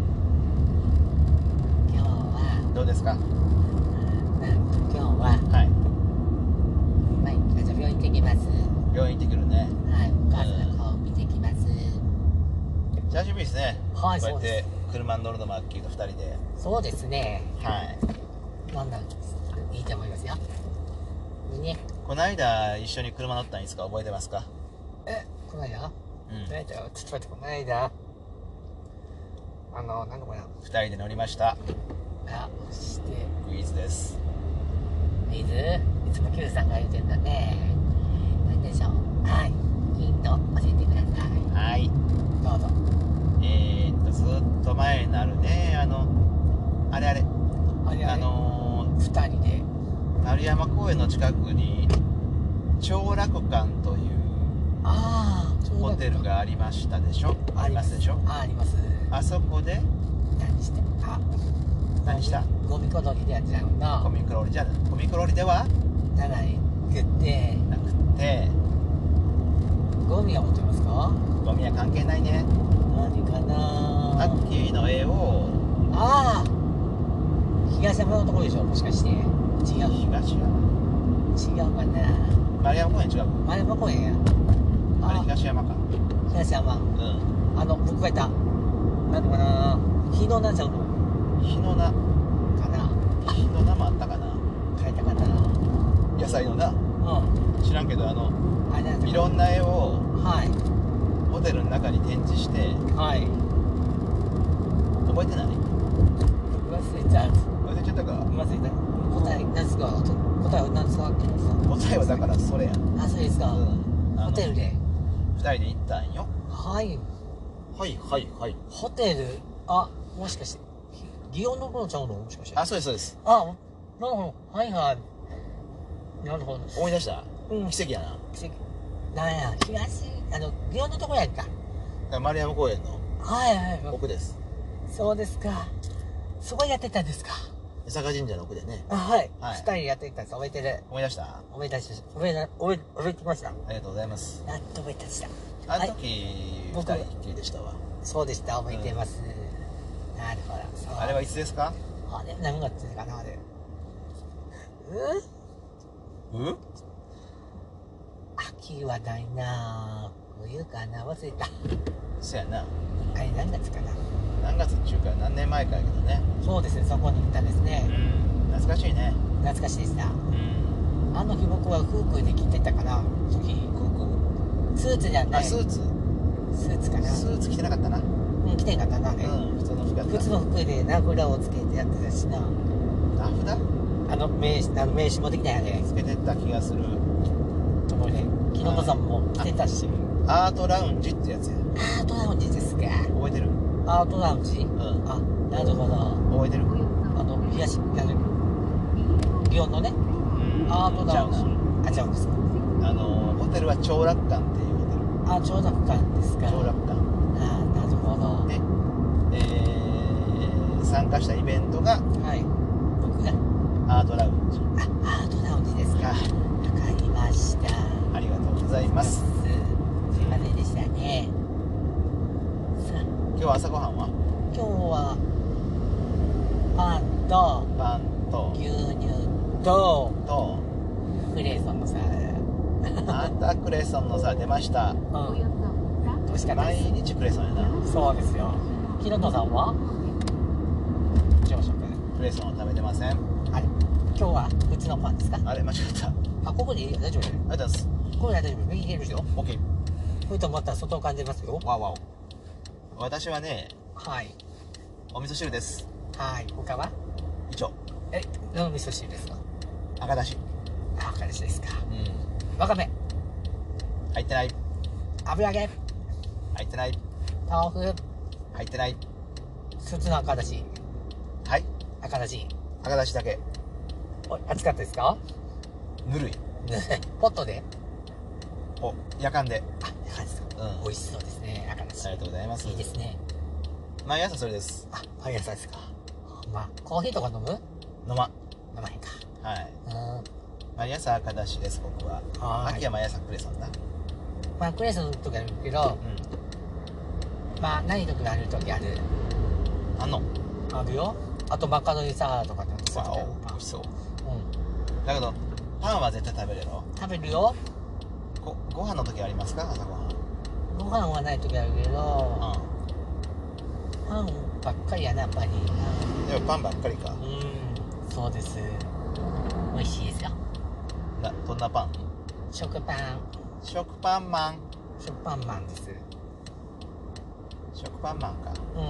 今日はどうですか。 今日ははい。まあ、じゃあ病院行ってきます。 病院行ってくるね。 はい。お母さんの顔見てきます。 久しぶりですね。 はい、 こうやって車に乗るのもアッキーとふたりで。 そうですね。 はい。 なんだいいと思いますよ。いいね。 この間一緒に車乗ったんいつか覚えてますか。 え、この間？うん。ちょっと待って、この間。あの、なんかこれ。 ふたりで乗りました。 あ、そして。 クイズです。 クイズ？いつも Q さんが言ってんだね。なんでしょう。はい。ヒント教えてください。 はい。 どうぞ。 えー、っとずっと前になるね、あのあれあれ。 あれあれ。 あのー、ふたりで。 丸山公園の近くに長楽館というあホテルがありましたでしょ。ありますでしょ。 あ、あります。 あそこで何してあ何したゴミコロリでやっちゃうの。 ゴミコロリじゃない。ゴミコロリではじゃなくてなくてゴミは持ってますか。 ゴミは関係ないね。 何かな。 アッキーの絵を。 ああ、東山のところでしょ、もしかして。違う。 東山違うかな。 丸山公園違う。 丸山公園や。 あれ東山か。 東山。うん。あの僕がいた。なんとかな。日の名ちゃうの。 日の名。 かな。 日の名もあったかな。 書いたかな。 野菜のな。 うん。 知らんけどあの。 あれなんいろんな絵を。 はい。 ホテルの中に展示して。 はい。 覚えてない？ 忘れちゃう。 忘れちゃったか。 忘れた。答えなんですか。答えは何ですか。 答えはだからそれやん。 あ、そうですか。うん、ホテルで。 二人で行ったんよ。 はい。 はいはいはい。 ホテル。あ、もしかして祇園の頃ちゃうの、もしかして。 あ、そうですそうです。 あ、なるほど。はいはい。なるほど。 思い出した。 うん。 奇跡やな。 奇跡。なんや、東あの祇園のとこやんか。 丸山公園の。 はいはい。 奥です。 そうですか。そこやってたんですか。 江坂神社の奥でね。 あ、はい。はい、ふたりやってたんです。覚えてる。 思い出した。 思い出し覚えな覚え覚えてました。ありがとうございます。 やっと覚えたした。 あの時ふたりきりでしたわ。 そうでした。覚えてます。うん、なるほど。 あれはいつですか。 あれ何月かなあれ。 う？う？ 秋はないな。冬かな、忘れた。 そやな。 あれ何月かな。 何月っていうか何年前かやけどね。 そうですね、そこに行ったんですね。 うん、懐かしいね。 懐かしいでした。 うん、 あの日僕はフークで着てたかな、時。スーツじゃない。 あ、スーツスーツかな。 スーツ着てなかったな。 うん、着てんかったな、あれ。 うん、普通の服だった。 普通の服で名札をつけてやってたしな。 名札？ あの名刺、あの名刺もできたんやね。 つけてた気がする。 と思うね。木野さんも着てたし。 アートラウンジってやつや。 アートラウンジですか。 覚えてる？ アートラウンジ？うん。あ、なるほど。 覚えてる？ あの、東、あの、祇園のね、 うん、 アートラウンジ。あ、ちゃうんですか。 あの、ホテルは長楽館っていうホテル。 あ、長楽館ですか。 長楽館。 あ、なるほど。 で、えー、参加したイベントが、 はい。僕がアートラウンジ。 あ、アートラウンジですか。わかりました。 ありがとうございます。 すいませんでしたね。さあ、 今日は朝ごはんは？ 今日はパンとパンと牛乳ととクレソンのサラダ。またクレソンのさ出ました。 うん。美味しかったです。 毎日クレソンやな。 そうですよ。ひろとさんは朝食クレソンを食べてません。 あれ、今日は普通のパンですか？ あれ間違った。 あ、ここでいいよ、大丈夫。 ありがとうございます。 これは大丈夫。右入れるでしょ。 オッケー。 こういうと思ったら外を感じますよ。 わおわお。私はね、 はい。 お味噌汁です。 はい。他は？ 以上。 え、何の味噌汁ですか？ 赤だし。 あ、赤だしですか。 うん。 わかめ。 入ってない。 油揚げ。 入ってない。 豆腐。 入ってない。 普通の赤だし。 はい。 赤だし。 赤だしだけ。 お、熱かったですか？ ぬるい。 ポットで？ お、夜間で。 あ、夜間ですか。うん。美味しそうですね、赤だし。 ありがとうございます。 いいですね。 毎朝それです。 あ、毎朝ですか。まあ、コーヒーとか飲む？ 飲ま。 飲まへんか。 はい。 うん。 毎朝赤だしです、僕は。 はい。 秋は毎朝クレソンだ。 まあ、クレソンとかあるけど、うん、まあ、何とかある時ある。 あんの？ あるよ。あと、マカロニサラダとかってさ、美味しそう。 うん。 だけど、パンは絶対食べるやろ？ 食べるよ。 ご、ご飯の時ありますか？朝ごはん。 ご飯はない時あるけど、うん、パンばっかりやな、やっぱり。 でもパンばっかりか。 うん、そうです。美味しいですよ。 な、どんなパン？ 食パン。 食パンマン。 食パンマンです。 食パンマンか。 うん。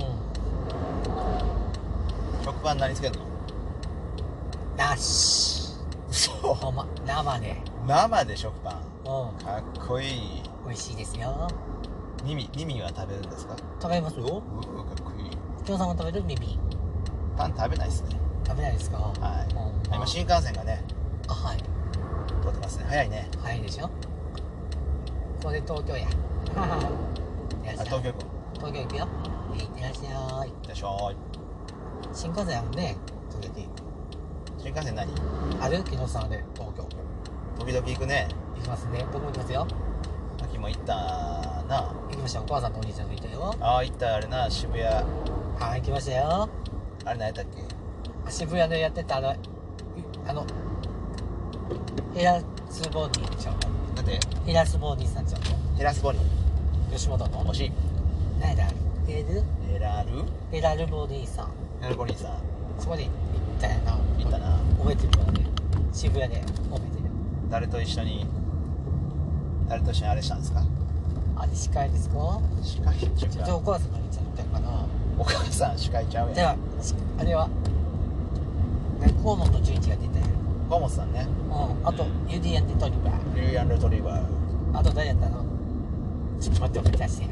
食パン何つけんの？ なし。 そう。 ほんま、生で。 生で食パン。 うん。 かっこいい。 美味しいですよ。 耳、耳は食べるんですか？ 食べますよ。 うわ、かっこいい。 きょうさんも食べる？耳。 パン食べないですね。 食べないですか？ はい。うん、今新幹線がね。 あ、はい。 通ってますね。早いね。 早いでしょ。これ東京や。 あ、東京行こう。東京行くよ。いってらっしゃい。いってらっしゃい。 新幹線あるね。時々。 新幹線何？ ある？木野さんで東京。 時々行くね。 行きますね。僕も行きますよ。 秋も行ったな。 行きました。お母さんとお兄ちゃんと行ったよ。 ああ、行ったあれな、渋谷。ああ、行きましたよ。 あれ何やったっけ？ 渋谷でやってたあの、あの、ヘラスボニーちゃん。 だってヘラスボニーさんちゃんと。 ヘラスボニー。 吉本の。 惜しい。 何だ？ヘル？ ヘラル？ ヘラルボニーさん。 ヘラルボニーさん。 そこで行ったやな。 行ったな。 覚えてるからね。渋谷で覚えてる。 誰と一緒に誰と一緒にあれしたんですか？ あれ司会ですか？ 司会っていうか。 お母さんのお兄ちゃんみたいかな。 お母さん司会ちゃうやん。 じゃああれは河本純一が出たよ。 河本さんね。 うん。あとユディアン・レトリバー。 ユディアン・レトリバー。 あと誰やったの？ちょっと待って思い出して。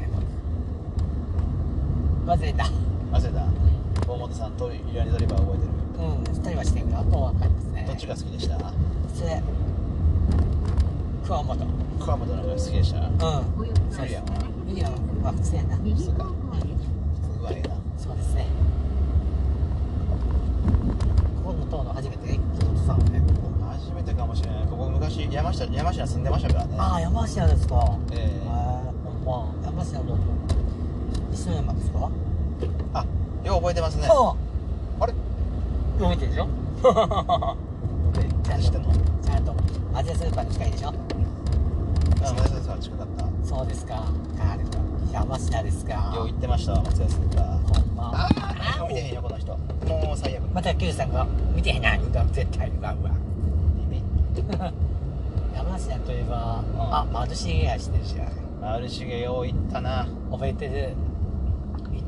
忘れた。 忘れた。河本さんとユディアン・レトリバー覚えてる。 うん。二人はしてるよ。あとは分かりますね。 どっちが好きでした？ それ桑本。 桑本の方が好きでした。うん。 ユディアンは？ユディアンは普通やな。 普通か。うん。普通はええな。 そうですね。この塔の初めて木本さんはね。 初めてかもしれない。ここ昔山下山下住んでましたからね。 ああ、山下ですか。 ええー。 ほんま。山下の磯山ですか？ あ、よう覚えてますね。あれ？ 覚えてるでしょ？ 何してんの？ ちゃんとアジアスーパーの近いでしょ？ あ、アジアスーパー近かった。 そうですか。あれ山下ですか。 よう言ってましたわ、松安が。 ほんま。 ああ、見てへんよこの人。もう最悪。 また Q さんが見てへんな、絶対奪うわ。山下といえば、うん、あ、丸重やしてるじゃん。 丸重よう行ったな。 覚えてる。行った。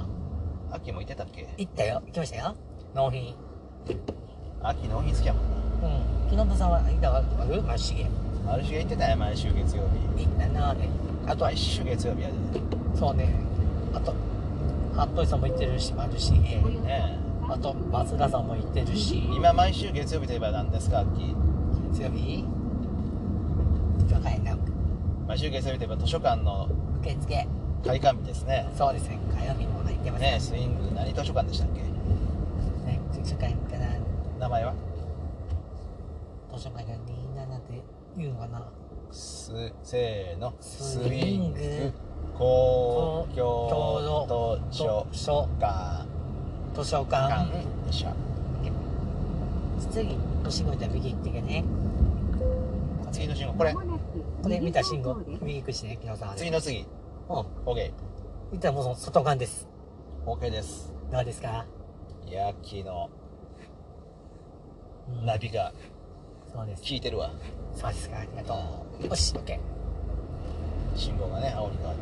秋も行ってたっけ？ 行ったよ。行きましたよ。納品。 秋納品好きやもんな。 うん。木本さんは行ったことある？丸重。 丸重行ってたよ、毎週月曜日。 行ったなあれ。 あと毎週月曜日やで。 そうね。あと、服部さんも行ってるし、丸重。 ねえ。 あと、松田さんも行ってるし。 今毎週月曜日といえば何ですか、秋？ 月曜日？図書館やな。 毎週月曜日といえば図書館の受付開館日ですね。 そうですね。火曜日も入ってますね。スイング何図書館でしたっけ？ ね、図書館かな。 名前は？ 図書館がにじゅうななって言うのかな。 すせーの。 スイング公共図書館。 図書館でしょ。 次の信号で右行ってけね。 次の信号これ。 これ見た信号右行くしね、木野さん。 次の次。 うん。 オッケー。 見たらもう外側です。 オッケーです。 どうですか？ いや、昨日ナビがそうです。 効いてるわ。 そうですか。ありがとう。よし、オッケー。信号がね、青に変わって。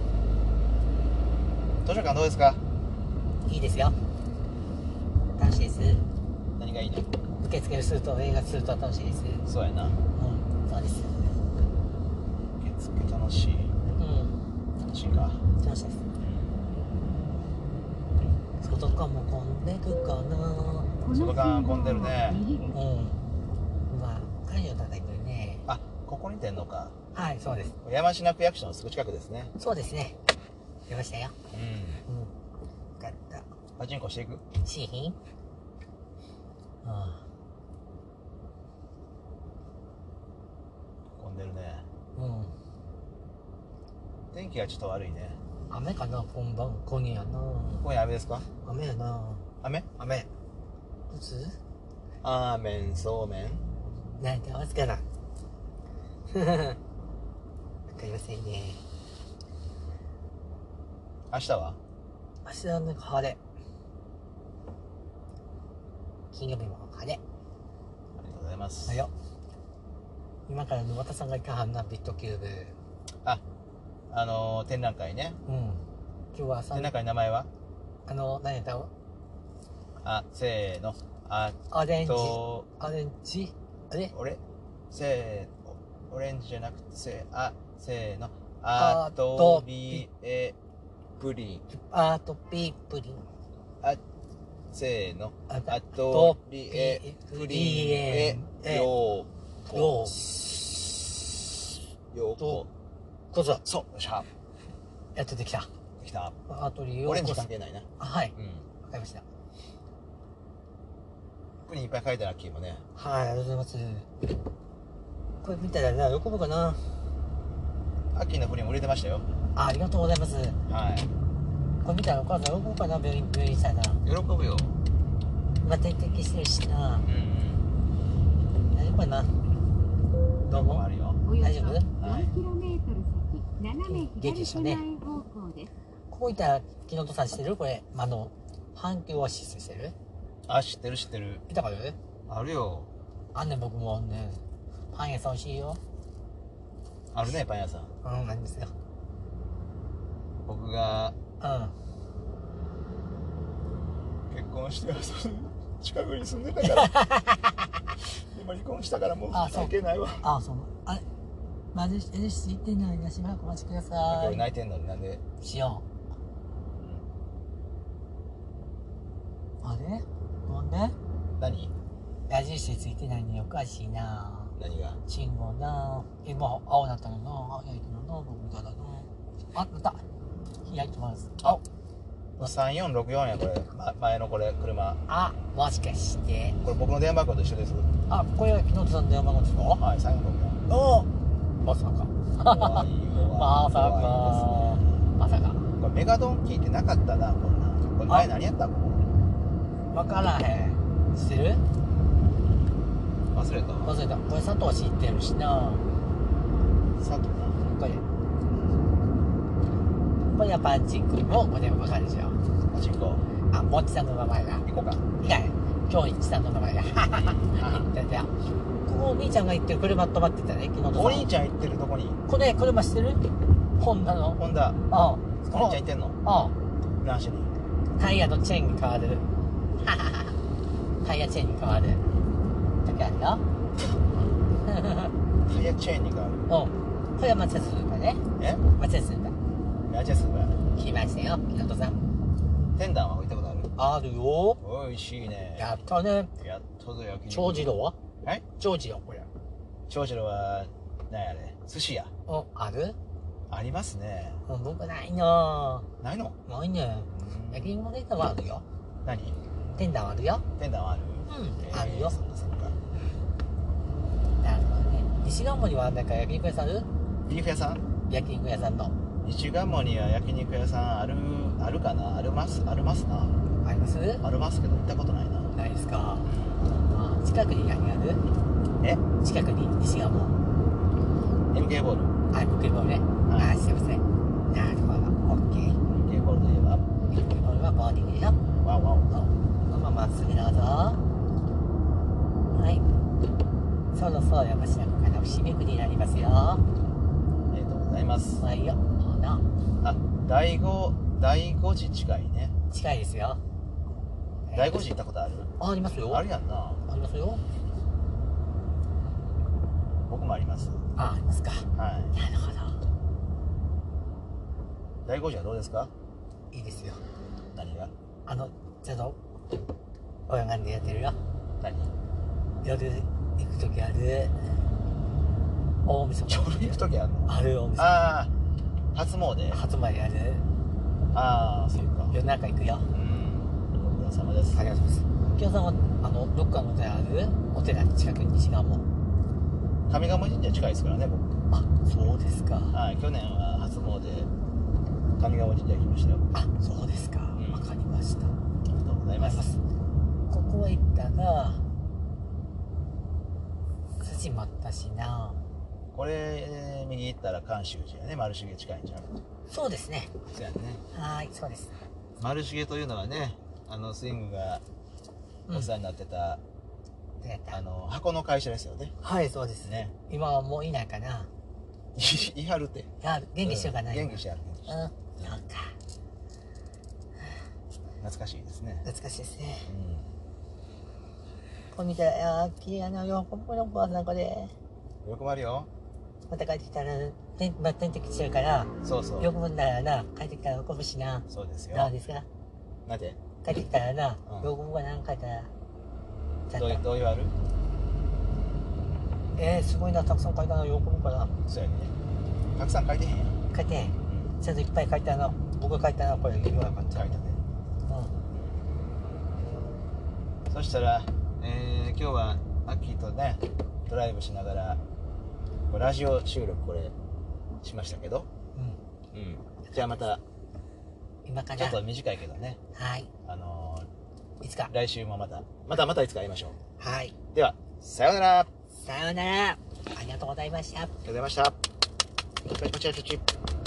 うん。図書館どうですか？ いいですよ。楽しいです。 何がいいの？ 受付すると映画すると楽しいです。 そうやな。 うん、そうです。 受付楽しい。うん。楽しいか。 楽しいです。外側も混んでくかな。 外側混んでるね。 うん。まあ会場叩いてるね。 あ、ここに出んのか。 はい、そうです。 山科区役所のすぐ近くですね。 そうですね。出ましたよ。うん。うん。よかった。 パチンコしていく？ しーひん？ああ。 混んでるね。 うん。 天気がちょっと悪いね。 雨かな、今晩、今夜やな。 今夜雨ですか？ 雨やな。 雨？ 雨。どつ？ あーめん、そうめん。 なんて合わすかな。わかりませんね。 明日は？ 明日はなんか晴れ。金曜日も晴れ。 ありがとうございます。 はいよ。今から沼田さんが行かはんな、ビットキューブ。 あ、あのー、展覧会ね。 うん。今日はさ、 展覧会の名前は？ あの、何やったあ、せーの。あオレンジ。 とオレンジあれ俺せーの。オレンジじゃなくて、せー、あ、せーの。あととびえプリン。 アートピープリン。 あ、せーの。 ああとびえプリンへようこ。ようこ。 こそ。 そう、よっしゃ。 やっとできた。 できた。 アートリーようこ。 オレンジ関係ないな。 あ、はい。 うん。 わかりました。 プリンいっぱい書いてあるラッキーもね。 はい、ありがとうございます。これ見たらな、喜ぶかな。 アッキーのプリンも売れてましたよ。 あ、ありがとうございます。 はい。 これ見たらお母さん喜ぶかな、病院、病院したら。 喜ぶよ。 今点滴してるしな。 うん。 大丈夫かな。どうも。 あるよ。 大丈夫？ はい。 元気でしょうね。ここいたら、木本さん知ってる？これ、あの、阪急オアシスしてる？ あ、知ってる知ってる。 見たかる？ あるよ。 あんねん、僕もね。パン屋さん美味しいよ。 あるね、パン屋さん。 うん、なんですよ。 僕がうん。 結婚して近くに住んでたから今離婚したからもう関係ないわ。 ああ、そう。あれ、まずえれし行ってないな。しばらくお待ちください。 これ泣いてんのになんでしよう。あれなんで何？ 矢印ついてないね。おかしいな。 何が？ 信号な。え、もう青だったのな。青やいてるな。僕みたいだな。あ、なった。開いてます。 あ、さんよんろくよんやこれ、ま、前のこれ車。 あ、もしかしてこれ僕の電話番号と一緒です。 あ、これは木本さんの電話番号ですか？ はい、さんよんろくよん。 おお、まさか怖いよまさか怖いですね。 まさかこれメガドンキーってなかったな、こんなんこれ前何やったここ？ わからへん。知ってる？ 忘れた忘れた。これ佐藤知ってるしな。 佐藤な。 これこれはパンチンコもこれも分かるでしょ。 パチンコ。 あ、もっちさんの名前だ。 行こうか。 いや、今日一さんの名前だ。言ってたよ。ここお兄ちゃんが行ってる車止まってたね、昨日の。 お兄ちゃん行ってるとこに。 これ車知ってる？ホンダの。 ホンダ。 ああ。 お兄ちゃん行ってんの？ ああ。 何しに？ タイヤのチェーンが変わる。タイヤチェーンに変わる。時あるよ。 タイヤチェーンに変わる。 うん。これは松屋スーパーね。 え？ 松屋スーパー。 松屋スーパー。 来ましたよ、木本さん。 天壇は置いたことある？ あるよ。 おいしいね。 やったね。 やっとだよ。 長次郎は？ はい？ 長次郎これ。 長次郎は何やね？寿司屋。 うん、ある？ ありますね。 うん、僕ないの。 ないの？ ないね。焼き芋天壇はあるよ。 何？ 天壇はあるよ。 天壇はある？ うん、あるよ。 そっかそっか。 なるほどね。西賀茂にはなんか焼肉屋さんある？ ビーフ屋さん？ 焼肉屋さんの。 西賀茂には焼肉屋さんあるあるかな？ありますありますな。 あります？ ありますけど行ったことないな。 ないですか。あ、近くに何ある？ え？ 近くに西賀茂。 エムケー ボール。 あ、エムケー ボールね。 はい、 あ、すいません。なるほど。オッケー。 エムケー ボールといえば。 エムケー ボールはボーディングでしょ。 わおわお。 まあまっすぐどうぞ。はい。そろそろ山科湖から節目くになりますよ。 ありがとうございます。 はいよ。ほな。 あ、第五第五次近いね。 近いですよ。 第五次行ったことある？ あ、ありますよ。 あるやんな。 ありますよ。 僕もあります。 あ、ありますか。 はい。 なるほど。 第五次はどうですか？ いいですよ。 何が？ あの、ちょっと泳がんでやってるよ。 何？ 夜行くときある。大晦日。 夜行くときあるの？ ある大晦日。 ああ、初詣。 初詣ある。 ああ、そうか。 夜中行くよ。 うん。ご苦労様です。 ありがとうございます。今日さんはあのどっかのお寺ある？お寺の近くに西側も。 上賀茂神社近いですからね、僕。 あ、そうですか。 はい、去年は初詣上賀茂神社行きましたよ。 あ、そうですか。わ、 うん、 かりました。ありがとうございます。 ここへ行ったら寿司もあったしな。 これ右行ったら寛宗寺やね。丸重近いんじゃん。 そうですね。 そうやね。 はい、そうです。 丸重というのはね、あのスイングがお世話になってた、うん、あの箱の会社ですよね。 はい、そうですね。今はもういないかな。 いはるって。 いや、元気しようかな。 うん、元気してある。 うん、そうか。 懐かしいですね。 懐かしいですね。 うん、 これ見たら、いや、綺麗なよ、この子はなんかで。 よくあるよ。 また帰ってきたら、てん、まあ、点滴してるから。そうそう。よくもんだらな、帰ってきたら喜ぶしな。 そうですよ。 どうですか。 なんで。 帰ってきたらな、うん、よくもんがなんか帰ったら。 どういう、どういうある。 えー、すごいな、たくさん書いたの、喜ぶから。 そうやね。たくさん書いてへんやん。 書いてへん。うん、ちゃんといっぱい書いたの。僕が書いたの、これ、言わなかった。 書いたね。うん。そしたら、えー、今日はアッキーとね、ドライブしながら。ラジオ収録これしましたけど。うん。うん。じゃあまた。 今から。 ちょっと短いけどね。 はい。 あのー、いつか。 来週もまた、またまたいつか会いましょう。 はい。 では、さようなら。 さようなら。ありがとうございました。 ありがとうございました。パチパチパチ。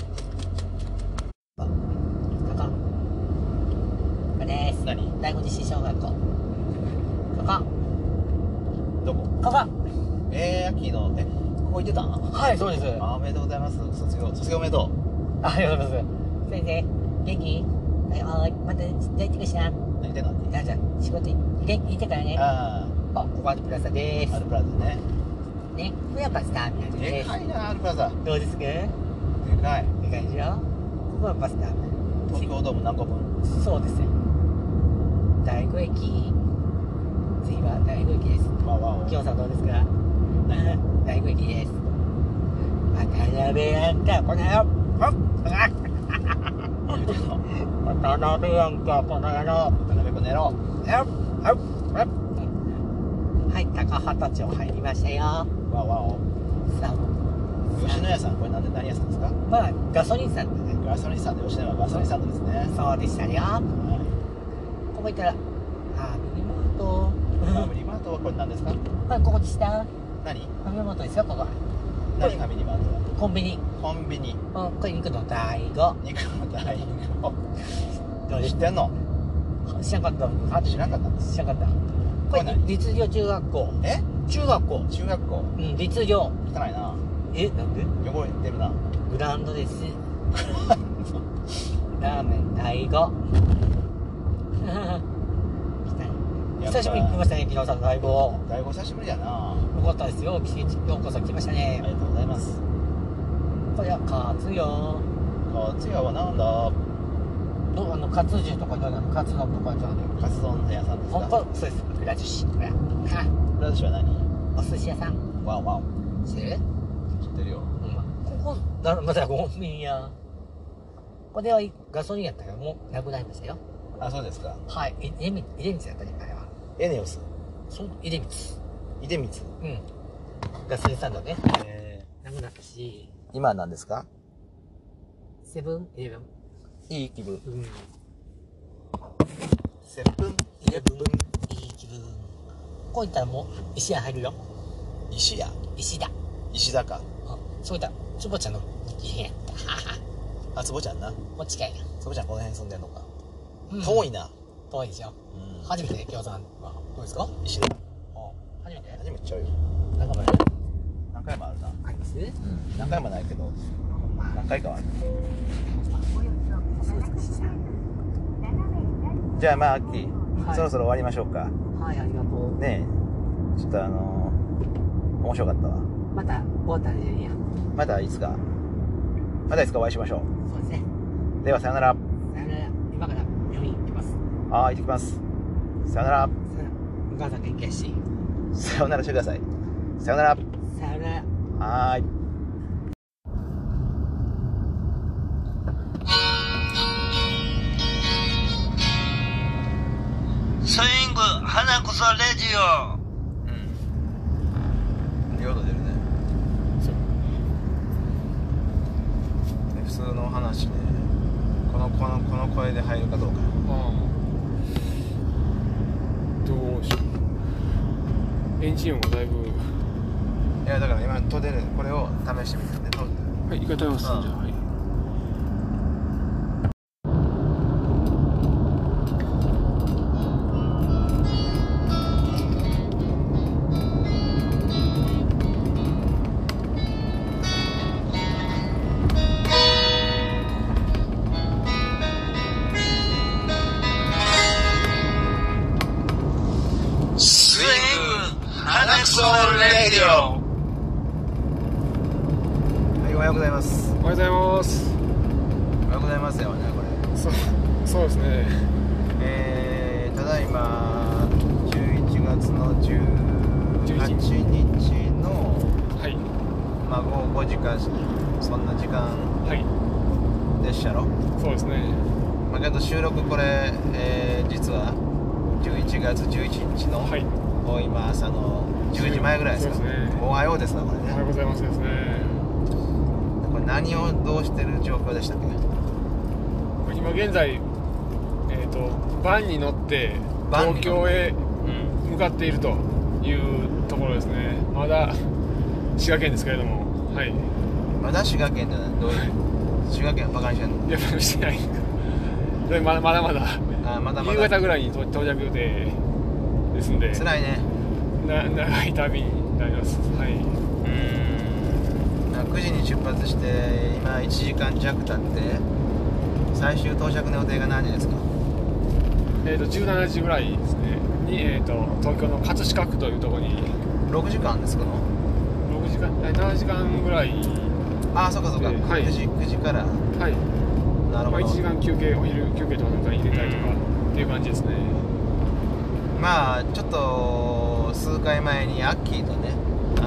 あ、ここ。これです。 何？ 第五次小学校。ここ。 どこ？ ここ。 えー、アッキーの、え、ここ行ってたん？ はい、そうです。 あ、おめでとうございます。卒業、卒業おめでとう。 ありがとうございます。先生、元気？はい、また、大丈夫かしら？ 何言ってんの？ じゃあ、じゃあ、仕事、元気行ってからね。 ああ。あ、ここアルプラザです。 アルプラザね。 ね、これはバスターミナルです。 でかいな、アルプラザ。 どうですか？でかい。 でかいでしょ？ここはバスターミナル。 東京ドーム何個分？ そうですね。第五駅。次は第五駅です。 わわお。 きよさんどうですか？第五駅です。渡辺あんた、この野郎。 何言ってんの？ 渡辺あんた、この野郎。 渡辺この野郎。 はい、高畑町入りましたよ。 わわお。 さあ、 吉野家さん、これなんで何屋さんですか？ まあ、ガソリンスタンドね。 ガソリンスタンド、吉野家はガソリンスタンドですね。 そうでしたよ。はい、ここ行ったら、ファミリーマート。 ファミリーマートはこれ何ですか？ まあ、ここでした。 何？ ファミリーマートですよ、ここ。 何ファミリーマートは？ コンビニ。 コンビニ。 うん、これ肉の大悟。 肉の大悟。知ってんの？ 知らんかった。 知らんかった。 知らんかった。これ律令中学校。 え？ 中学校。 中学校。 うん、律令。汚いな。 え、なんで？ 汚れてるな。 グラウンドです。ラーメン大悟。久しぶりに来ましたね、木野さんの大悟。 大悟久しぶりやな。 よかったですよ。ようこそ来ましたね。 ありがとうございます。 これはカツよ。 カツ屋はなんだ？ どあのカツ重とかじゃない、カツ丼とかじゃない。 カツ丼屋さんですか？ 本当そうです。くら寿司。ほら。は。 くら寿司は何？ お寿司屋さん。 ワンワン。 知ってる？ 知ってるよ。 うん。ここだまだコンビニや。これはガソリンやったけどもうなくなりましたよ。 あ、そうですか。 はい。い出光出光やったね、あれは。 エネオス。 そう、出光。 出光。 うん。ガソリンスタンドね。 えー、なくなったし。 今は何ですか？ セブンイレブン。 いい気分。 うん。 セブンイレブン。 いい気分。こういったらもう石屋入るよ。 石屋？ 石田。 石田か。 あ、そういったつぼちゃんの家やった。 あ、つぼちゃんな。 もう近いな。 つぼちゃんこの辺住んでんのか。 うん、 遠いな。 遠いでしょ。 うん、 初めて餃子はどうですか？ 石田。 初めて？ 初めてちゃうよ。 何回もある？ 何回もあるな。 あります？うん。 何回もないけど、何回かはある。じゃあまあアッキー、はい、そろそろ終わりましょうか。 はい、ありがとう。 ねえ、ちょっとあのー、面白かったわ。 また終わったらいいや。 またいつか、またいつかお会いしましょう。 そうですね。 ではさよなら。 さよなら。今から病院行きます。 ああ、行ってきます。さよなら。 お母さん元気やし。 さよならしてください。さよなら。 さよなら。 はーい。 スイング花こそレジオ。 うん。いい音出るね。そう。普通の話ね。このこのこの声で入るかどうか。 ああ。どうしよう。エンジン音がだいぶ。 いやだから今撮ってるこれを試してみてね。 はい、一回撮ります。じゃあはい。 おはようございます。 おはようございます。 おはようございますよね、これ。 そう、そうですね。 えー、ただいまじゅういちがつのじゅうはちにちの、 はい。 まあ午後ごじかそんな時間でしたろ。 そうですね。 まあけど収録これ、えー、実はじゅういちがつじゅういちにちの、はい、今朝のじゅうじまえぐらいですか。そうですね。おはようですなこれね。 おはようございますですね。 これ何をどうしてる状況でしたっけ？ 今現在、えーと、バンに乗って東京へ向かっているというところですね。まだ滋賀県ですけれども、はい。 まだ滋賀県じゃない？どういう滋賀県はバカにしてんの？ いや、してない。でまだまだまだあまだまだ夕方ぐらいに到着予定ですんで。 辛いね。 な長い旅になります。はい。 うーん。くじに出発して今いちじかんじゃく経って最終到着の予定が何時ですか？ えっとじゅうしちじぐらいですね。にえっと東京の葛飾区というところにろくじかんですかの？ ろくじかん、ななじかんぐらい。 ああ、そうかそうか。はい、くじくじから。 はい。 なるほど。 まあいちじかん休憩お昼休憩とかなんか入れたりとかっていう感じですね。 まあちょっと数回前にアッキーとね、あ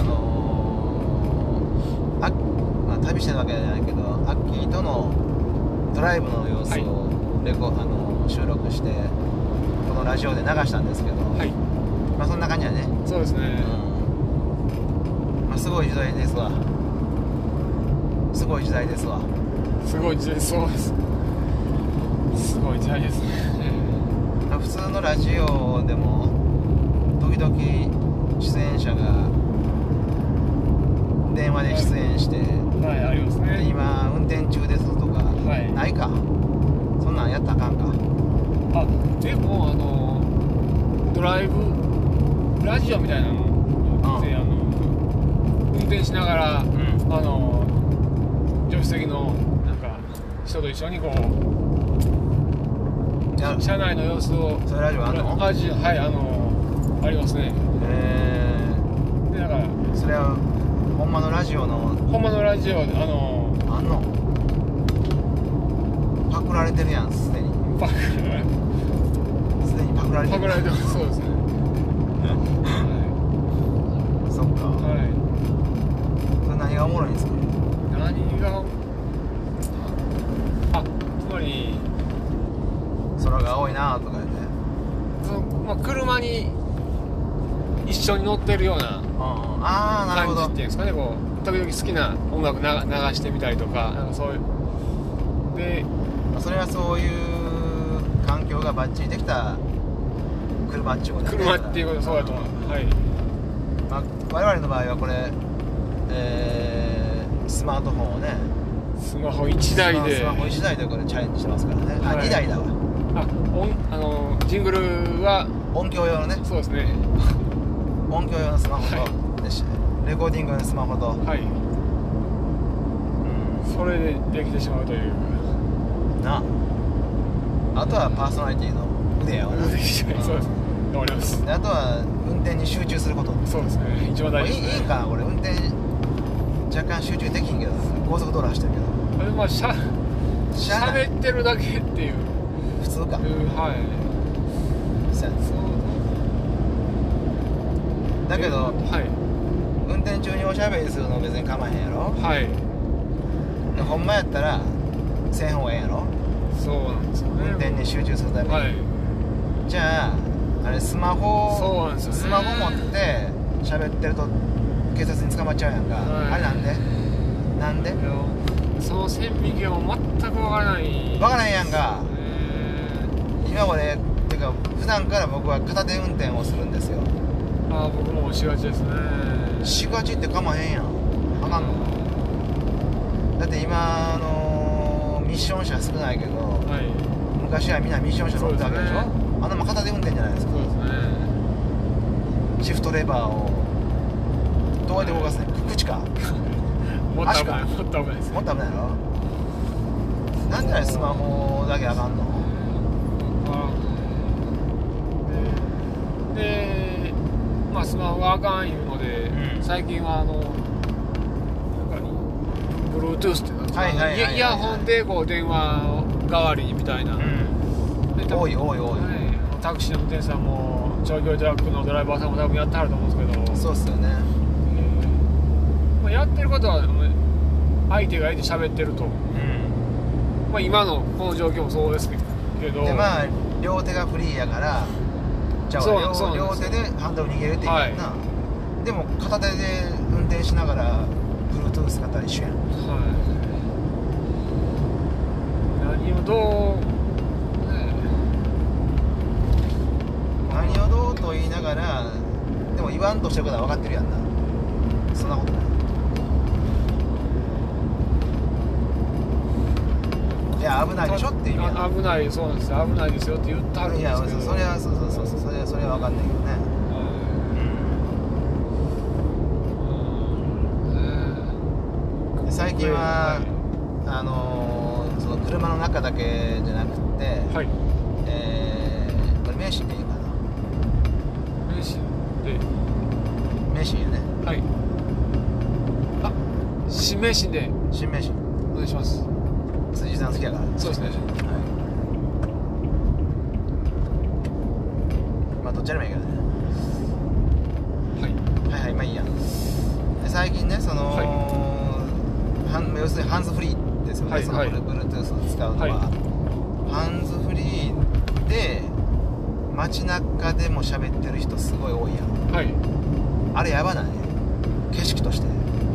のー、あ、まあ、旅してるわけじゃないけど、アッキーとのドライブの様子をレコ、はい、あのー、収録してこのラジオで流したんですけど、はい、まあそんな感じやね。 そうですね。 うん、まあすごい時代ですわ。すごい時代ですわ。 すごい時代、そうです。すごい時代ですね。 まあ、普通のラジオでも時々出演者が電話で出演してはい、ありますね。 今運転中ですとか、はい、ないか。そんなんやったらあかんか。 あ、でもあのドライブラジオみたいなの、うん、あの運転しながら、うん、あの助手席のなんか人と一緒にこう車内の様子を。 それラジオあんの？ ラジオ、はい、あのありますね。 へえ。だからそれはほんまのラジオのほんまのラジオあのあんのパクられてるやん、すでに。 パクすでにパクられてる。 パクられてます。そうですね。はい、 そっか。はい。それ何がおもろいんですか？ 何があ、つまり空が青いなとか言って、 その、まあ、車に一緒に乗ってるような感じっていうんですかね。こう時々好きな音楽流してみたりとか、なんかそういうで、 それはそういう環境がバッチリできた車っていうことだね。 車っていうこと、そうだと思う。はい。 まあ、我々の場合はこれ、えー、スマートフォンをね、 スマホいちだいでスマホいちだいでこれチャレンジしてますからね。あ、はい、にだいだわ。 あ、音あのジングルは音響用のね。 そうですね。 音響用のスマホと、はい、でしレコーディング用のスマホと、 はい、うん、それでできてしまうというなあ。あとはパーソナリティの腕やわな。 腕そうです。頑張ります。 であとは運転に集中すること。 そうですね。一番大事ですね。 いいんかなこれ。運転若干集中できんけど、高速道路走ってるけど。 あれまあしゃ喋ってるだけっていう。 普通か。 はい。 そうだけど、はい、運転中におしゃべりするの別に構えへんやろ。 はい。 でほんまやったらせん方がええんやろ。 そうなんですよね。 運転に集中するために、はい、じゃああれスマホそうなんですよね。 スマホ持って喋ってると警察に捕まっちゃうやんか、はい、あれなんでなんでその線引きは全く分からない分からないやんか。今までっていうか普段から僕は片手運転をするんですよ。 ああ、僕もしがちですね。 しがちって構わへんやん。あかんの。だって今あのー、ミッション車少ないけど、はい、昔はみんなミッション車乗ってたわけでしょ、ね、あんなも片手運転じゃないですか。 そうですね。 シフトレバーをどうやって動かすね、はい、口かもっと危ない。もっと危ないです、ね、 もっと危ないやろ。なんであれスマホだけあかんの。 で、まあ、スマホがあかんいうので、うん、最近はあのなんか Bluetooth っていうのかな、イヤホンでこう電話代わりにみたいな、うん、 多い多い多い、はい、 タクシーの運転手さんも長距離トラックのドライバーさんも多分やってはると思うんですけど。 そうっすよね、 えーまあ、やってることは相手が相手喋ってると、うんまあ、今のこの状況もそうですけど、 でまあ両手がフリーやからじゃあ 両, 両手でハンドル握れるって言うな、はい、でも片手で運転しながら Bluetooth 使ったら一緒やん、はい、 何をどう、ね、 何をどうと言いながらでも言わんとしてることは分かってるやんな。そんなことない。いや危ないでしょって意味やな。 危ない、そうなんですよ。危ないですよって言ったはるんですけど。いや、 それはそうそうそうそう、それはそれは分かんないけどね。うん、最近は、はい、あのー、その車の中だけじゃなくて、はい、えー、これ名神でいいかな。 名神で名神やね。 はい。あ、新名神で。 新名神。 お願いします。 辻さん好きやから。 そうですね。はい。 まあどっちでもいいけどね。 はい。 はいはい、まあいいや。で最近ね、その、はい、要するにハンズフリーですよね。はい、その Bluetooth を使うのは、はい、ハンズフリーで街中でも喋ってる人すごい多いやん。はい。あれやばない？景色として。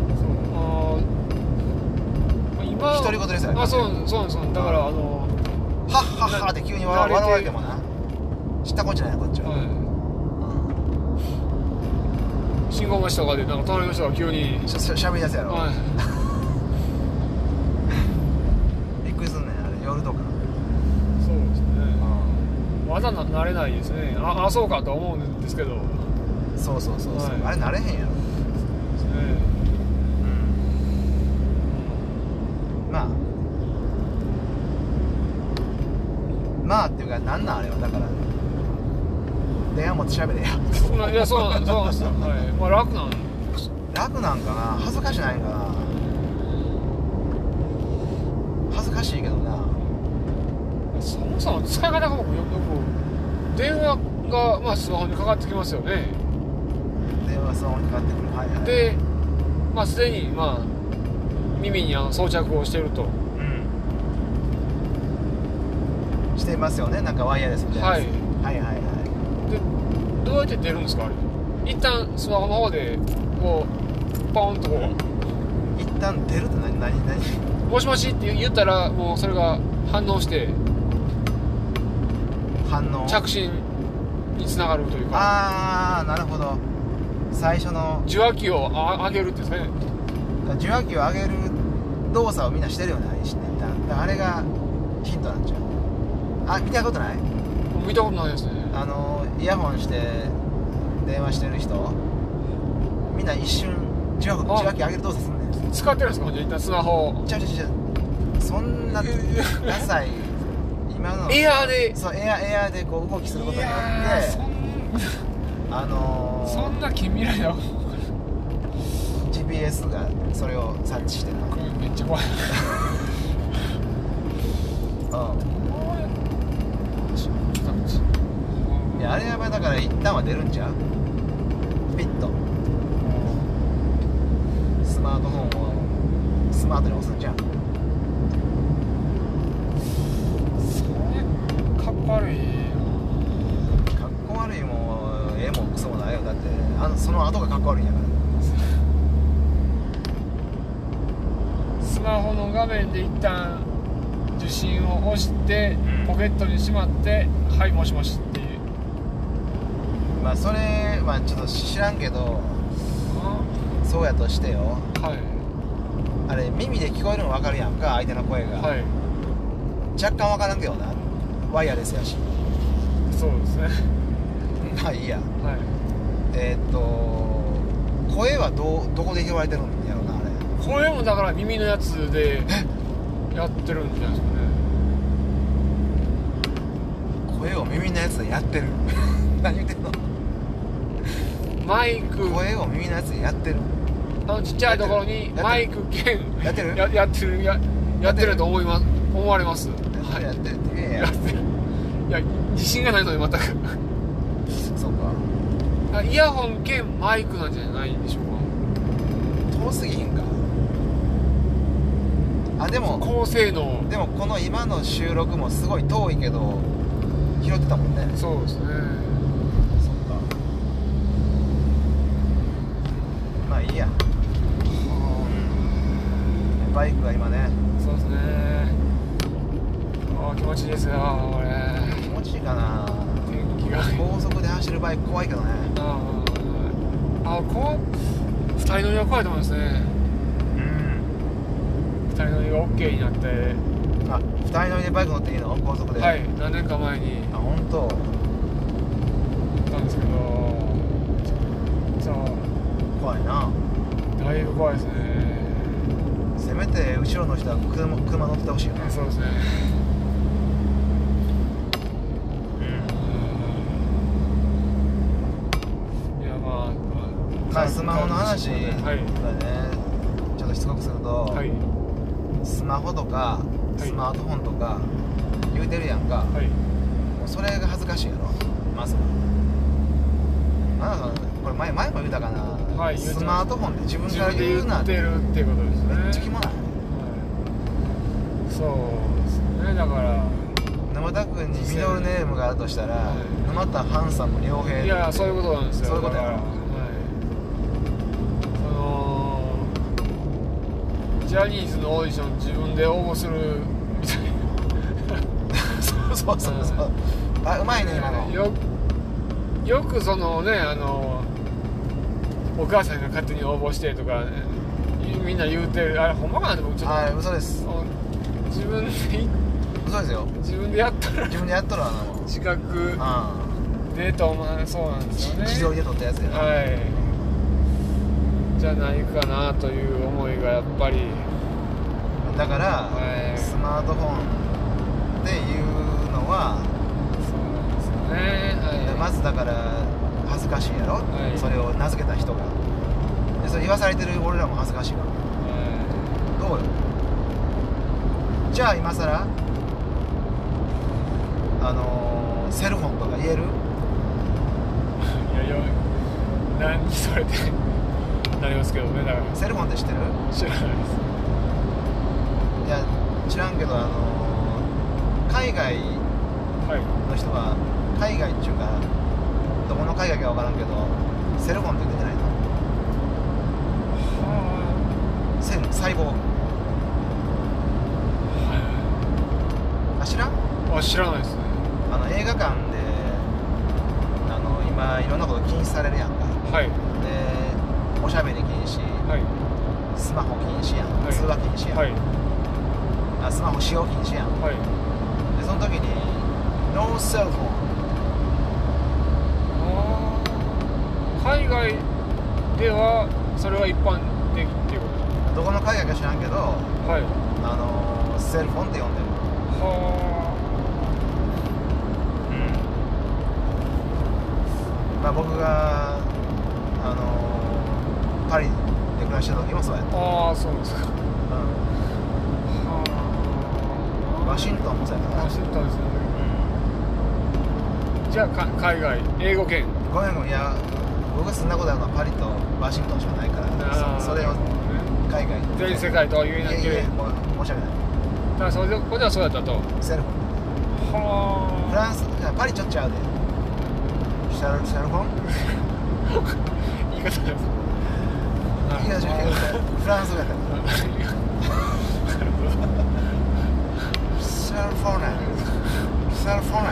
独り言ですよね。 あ、そうそうそう。だからあのはっはっはって急に笑われてもな。知ったこっちゃないこっちは。はい。信号待ちとかでなんか隣の人が急にしゃべり出すやろ。はい。 まだ慣れないですね。ああそうかと思うんですけど。 そうそうそうそう、はい、あれ慣れへんやろ。ですね。うん。まあまあっていうかなんなんあれはだから電話持って喋れや。 いやそうなんそうなんですよ。はい。まあ楽なん。 楽なんかな、恥ずかしないんかな。恥ずかしいけどな。 そもそも使い方が僕よくよく電話が、まあ、スマホにかかってきますよね。 電話スマホにかかってくる、はいはい、 で、まあ、すでに、まあ、耳にあの装着をしていると、うん、 してますよね、なんかワイヤレスみたいな、はい、はいはいはい。 でどうやって出るんですかあれ。一旦スマホの方でこうポンとこう一旦出るって何何何もしもしって言ったらもうそれが反応して反応着信につながるというか。 ああなるほど。最初の受話器を上げるってですね。 受話器を上げる動作をみんなしてるよね一瞬ね。あれがヒントなんちゃう。あ見たことない。 見たことないですね。 あのイヤホンして電話してる人みんな一瞬受話器上げる動作するね。 使ってるんですかじゃあ一旦スマホ。 ちゃうちゃうちゃうそんなダサい今のエアーでそうエアエアーでこう動きすることによってあのー、 そんな近未来だ。 ジーピーエス がそれを察知してるの。 めっちゃ怖い。 うん。いやあれやばいだから一旦は出るんちゃう。ピッとスマートフォンをスマートに押すんじゃん。 それかっこ悪い。 かっこ悪いも絵もクソもないよ。だってあのその後がかっこ悪いんやから。 スマホの画面で一旦受信を押してポケットにしまって「はいもしもし」っていう。 まあそれはちょっと知らんけどそうやとしてよ。はい。あれ耳で聞こえるの分かるやんか相手の声が。はい。若干分からんけどなワイヤレスやし。 そうですね。 まあいいや。はい。えー、っと声はどどこで拾われてるんやろうなあれ。 声もだから耳のやつでやってるんじゃないですかね。 声を耳のやつでやってる。何言ってんの。 マイク声を耳のやつでやってる。 あのちっちゃいところにマイク兼やってるや, やってる や, やってると思います思われます。 はい、やってるってやってる。いや自信がないので全く。 そうか。 イヤホン兼マイクなんじゃないんでしょうか。遠すぎひんか。あでも高性能。 でもこの今の収録もすごい遠いけど拾ってたもんね。 そうですね。 そっか。まあいいや。バイクが今ね。 そうですね。ああ気持ちいいですよこれ。 気持ちいいかな。 天気が高速で走るバイク怖いけどね。 あああこう二人乗りは怖いと思いますね。うん二人乗りが OK になって。 あ二人乗りでバイク乗っていいの高速で。 はい何年か前に。 あ本当。 なんですけどじゃあ怖いな。 だいぶ怖いですね。 せめて後ろの人は 車, 車乗ってほしいよね。 そうですね。うん。いやまあまあスマホの話だね、はい、ちょっとしつこくすると、はい、スマホとかスマートフォンとか言うてるやんか、はい、もうそれが恥ずかしいやろまずは。なんかこれ 前, 前も言うたかな、はい、スマートフォンで自分から言うなって言ってるっていうことですね。 めっちゃキモない、はい、 そうですね。だから沼田君にミドルネームがあるとしたら、はい、沼田ハンサム良平。 いやそういうことなんですよ。 そういうことやろ。 ジャニーズのオーディション自分で応募するみたいな。 そうそうそう。あうまいね今の。 よよくそのねあのお母さんが勝手に応募してとか、ね、みんな言うてるあれほんまかなって僕ちょっと。 はい嘘です。 自分で行っそうですよ。 自分でやったら自分でやったらあの資格でとまあそうなんですよね。 自撮りで撮ったやつやな。 はいじゃないかなという思いがやっぱりだから、はい、スマートフォンっていうのはそうなんですよね、はい、 まずだから恥ずかしいやろ、はい、それを名付けた人がでそれ言わされてる俺らも恥ずかしいわ、はい、どうよ。じゃあ今さらあのー、セルフォンとか言える？ いやいや何それってなりますけどね。だからセルフォンって知ってる？ 知らないです。 いや知らんけどあのー、海外の人は、はい、海外っていうかどこの海外か分からんけどセルフォンって言ってないの？はあ。セル細胞。はい。あ知らん？ あ知らないですね。 あの映画館であの今いろんなこと禁止されるやんか。はい。でおしゃべり禁止、はい、スマホ禁止やん、はい、通話禁止やん、はい、あスマホ使用禁止やん、はい、でその時にノーセルフォン。 海外ではそれは一般的っていうこと？ どこの海外か知らんけど、はい、あのセルフォンって呼んでる。はあ。うん。まあ僕があのパリで暮らしてた時もそうやった。 ああそうですか。うん。 ワシントンもそうやったな。 ワシントンですね。うん。じゃあか海外英語圏。 ごめんごめんいや僕が住んだことあるのはパリとワシントンしかないからそ, それを海外全世界とは言えなければ申し訳ない。 だからそれでここではそうやったと。 セルフォン。はあ。フランスパリちょっちゃうで。シャルシャルフォン言い方です。 いやフランス語やったセルフォンセルフォン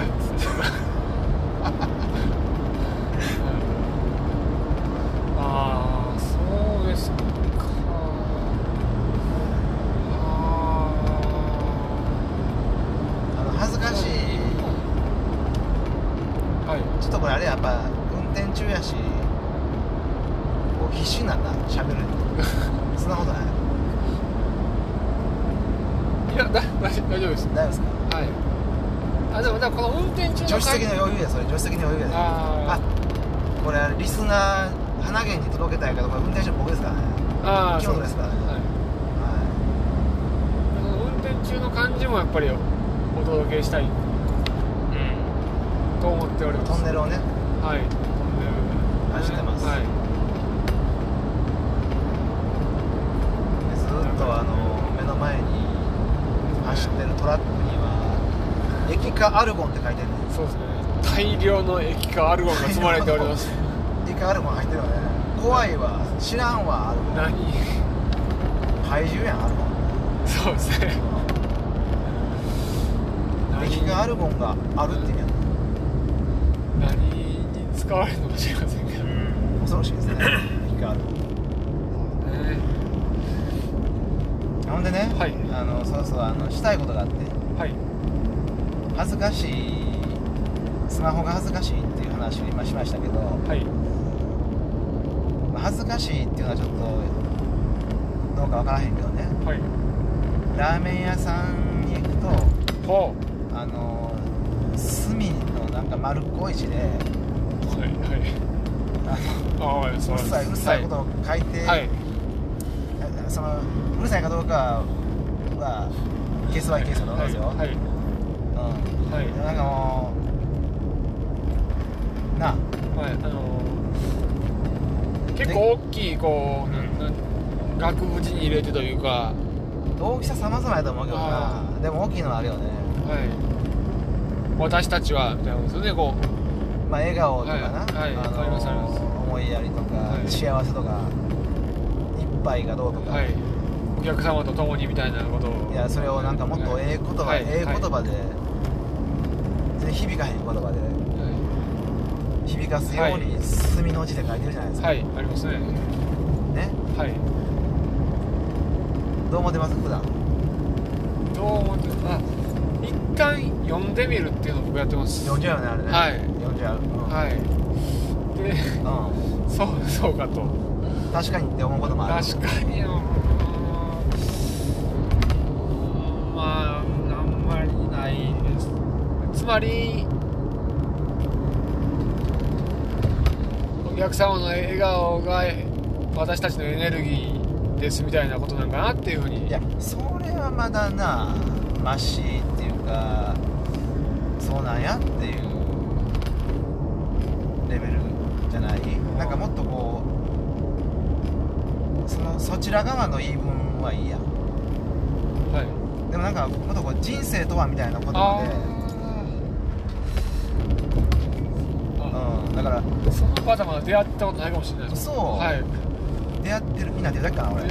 ああそうですか。 あの恥ずかしい、はい、ちょっとこれあれやっぱ運転中やし必死になった喋るにそんなことない？ いやだ大丈夫です。 大丈夫ですか？ はい。あでもだからこの運転中の助手席の余裕やそれ助手席の余裕やで、ね、あこれリスナー花源に届けたいけどこれ運転手の僕ですからね。ああそうですからね。はい、 はい、運転中の感じもやっぱりお届けしたい、うん、と思っております。 トンネルをね。 はいトンネル走ってます。はいあの目の前に走ってるトラックには液化アルゴンって書いてるね。 そうですね。大量の液化アルゴンが積まれております。 液化アルゴン入ってるよね。怖いわ知らんわアルゴン。 何？ 怪獣やんアルゴン。 そうですね。 液化アルゴンがあるって意味やん。 何に使われるのか知りませんけど、うん、 恐ろしいですね液化アルゴン。ほんでね、はい、あのそうそうあのしたいことがあって、はい、恥ずかしいスマホが恥ずかしいっていう話を今しましたけど、はい、恥ずかしいっていうのはちょっとどうかわからへんけどね、はい、ラーメン屋さんに行くと、はあ、あの隅のなんか丸っこい字で、はいはい、あのあうるさいうるさいことを書いて、はい、そのうるさいかどうかは消すはい消すと思うんですよ。はい。うん。はい。なんかもうなあ。はい。あのー、結構大きいこう額縁に入れてというか大きさ様々やと思うけどな。でも大きいのはあるよね。はい。私たちはみたいなことですよねこう。まあ笑顔とかな。はい。はい、あのー、ありますあります。思いやりとか、はい、幸せとか一杯がどうとか。はい。お客様と共にみたいなことをいやそれをなんかもっとええ言葉、はい、ええ言葉で、はい、全然響かへん言葉で、はい、響かすように墨の字で書いてるじゃないですか。はいありますね。ねはいどう思ってます普段？どう思ってます？あ一旦読んでみるっていうのを僕やってます。 読んじゃうよねあれね。 はい読んじゃう、うん、 はいで、うん、そうそうかと確かにって思うこともある。 確かにまああんまりないです。つまりお客様の笑顔が私たちのエネルギーですみたいなことなんかなっていうふうに。 いやそれはまだなマシっていうかそうなんやっていうレベルじゃない。なんかもっとこうそのそちら側の言い分はいいやん。はいでもなんかもっとこう人生とはみたいなことまでうんだからその方まだ出会ったことないかもしれない。 そう、 はい、 出会ってるみんな出会ったかな俺。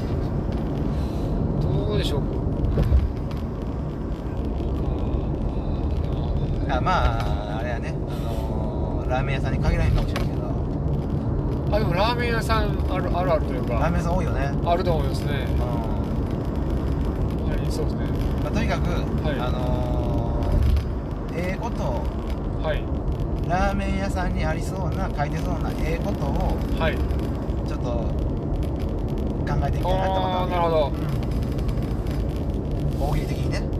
どうでしょう。 あまああれやね、あのー、ラーメン屋さんに限らへんかもしれんけど。 あでもラーメン屋さんあるあるあるというかラーメン屋さん多いよね。 あると思いますね。うん、はいそうですね。 まあ、とにかく、はい、あのー、ええこと、はい、ラーメン屋さんにありそうな書いてそうなええことを、はい、ちょっと考えていきたいなって思ったわけ。 なるほど、 うん、大喜利的にね。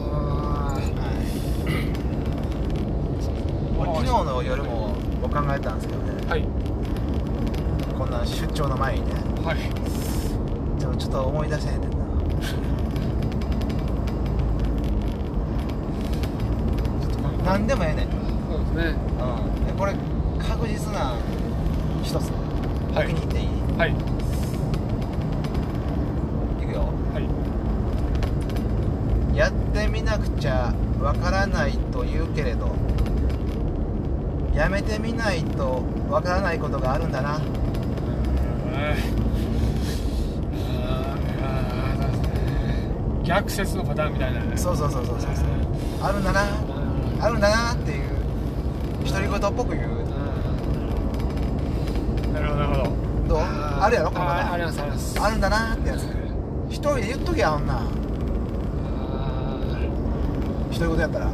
昨日の夜も僕考えたんですけどね、はい、こんな出張の前にね、はい、でもちょっと思い出せへんねんな。何でもええねん。 そうですね、 うん、でこれ確実な一つ僕に言っていい？はい、いくよ、はい、やってみなくちゃわからないと言うけれどやめてみないとわからないことがあるんだな。 逆説のパターンみたいなね。 そうそうそうそうそうあるんだなあるんだなっていう独り言っぽく言う。 なるほどなるほど。 どうあるやろこのパターン。 ありますあります。 あるんだなってやつ一人で言っときゃあんな独り言やったら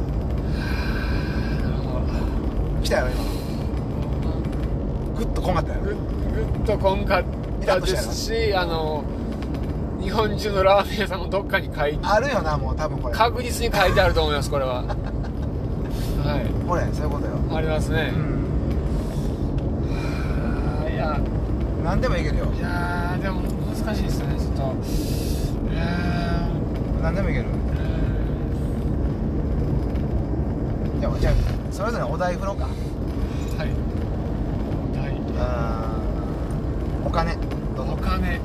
来たやろ今グッとこんかったやろ。 グッとこんかったですし、あの日本中のラーメン屋さんのどっかに書いてあるよな。もう多分これ確実に書いてあると思いますこれははいこれそういうことよ。 ありますね、うん、いや何でもいけるよ。 いやでも難しいですねちょっと。いや何でもいける。じゃあ、じゃあそれぞれお題振ろうか。はい。 お題。 あお金。どうぞ。 お金。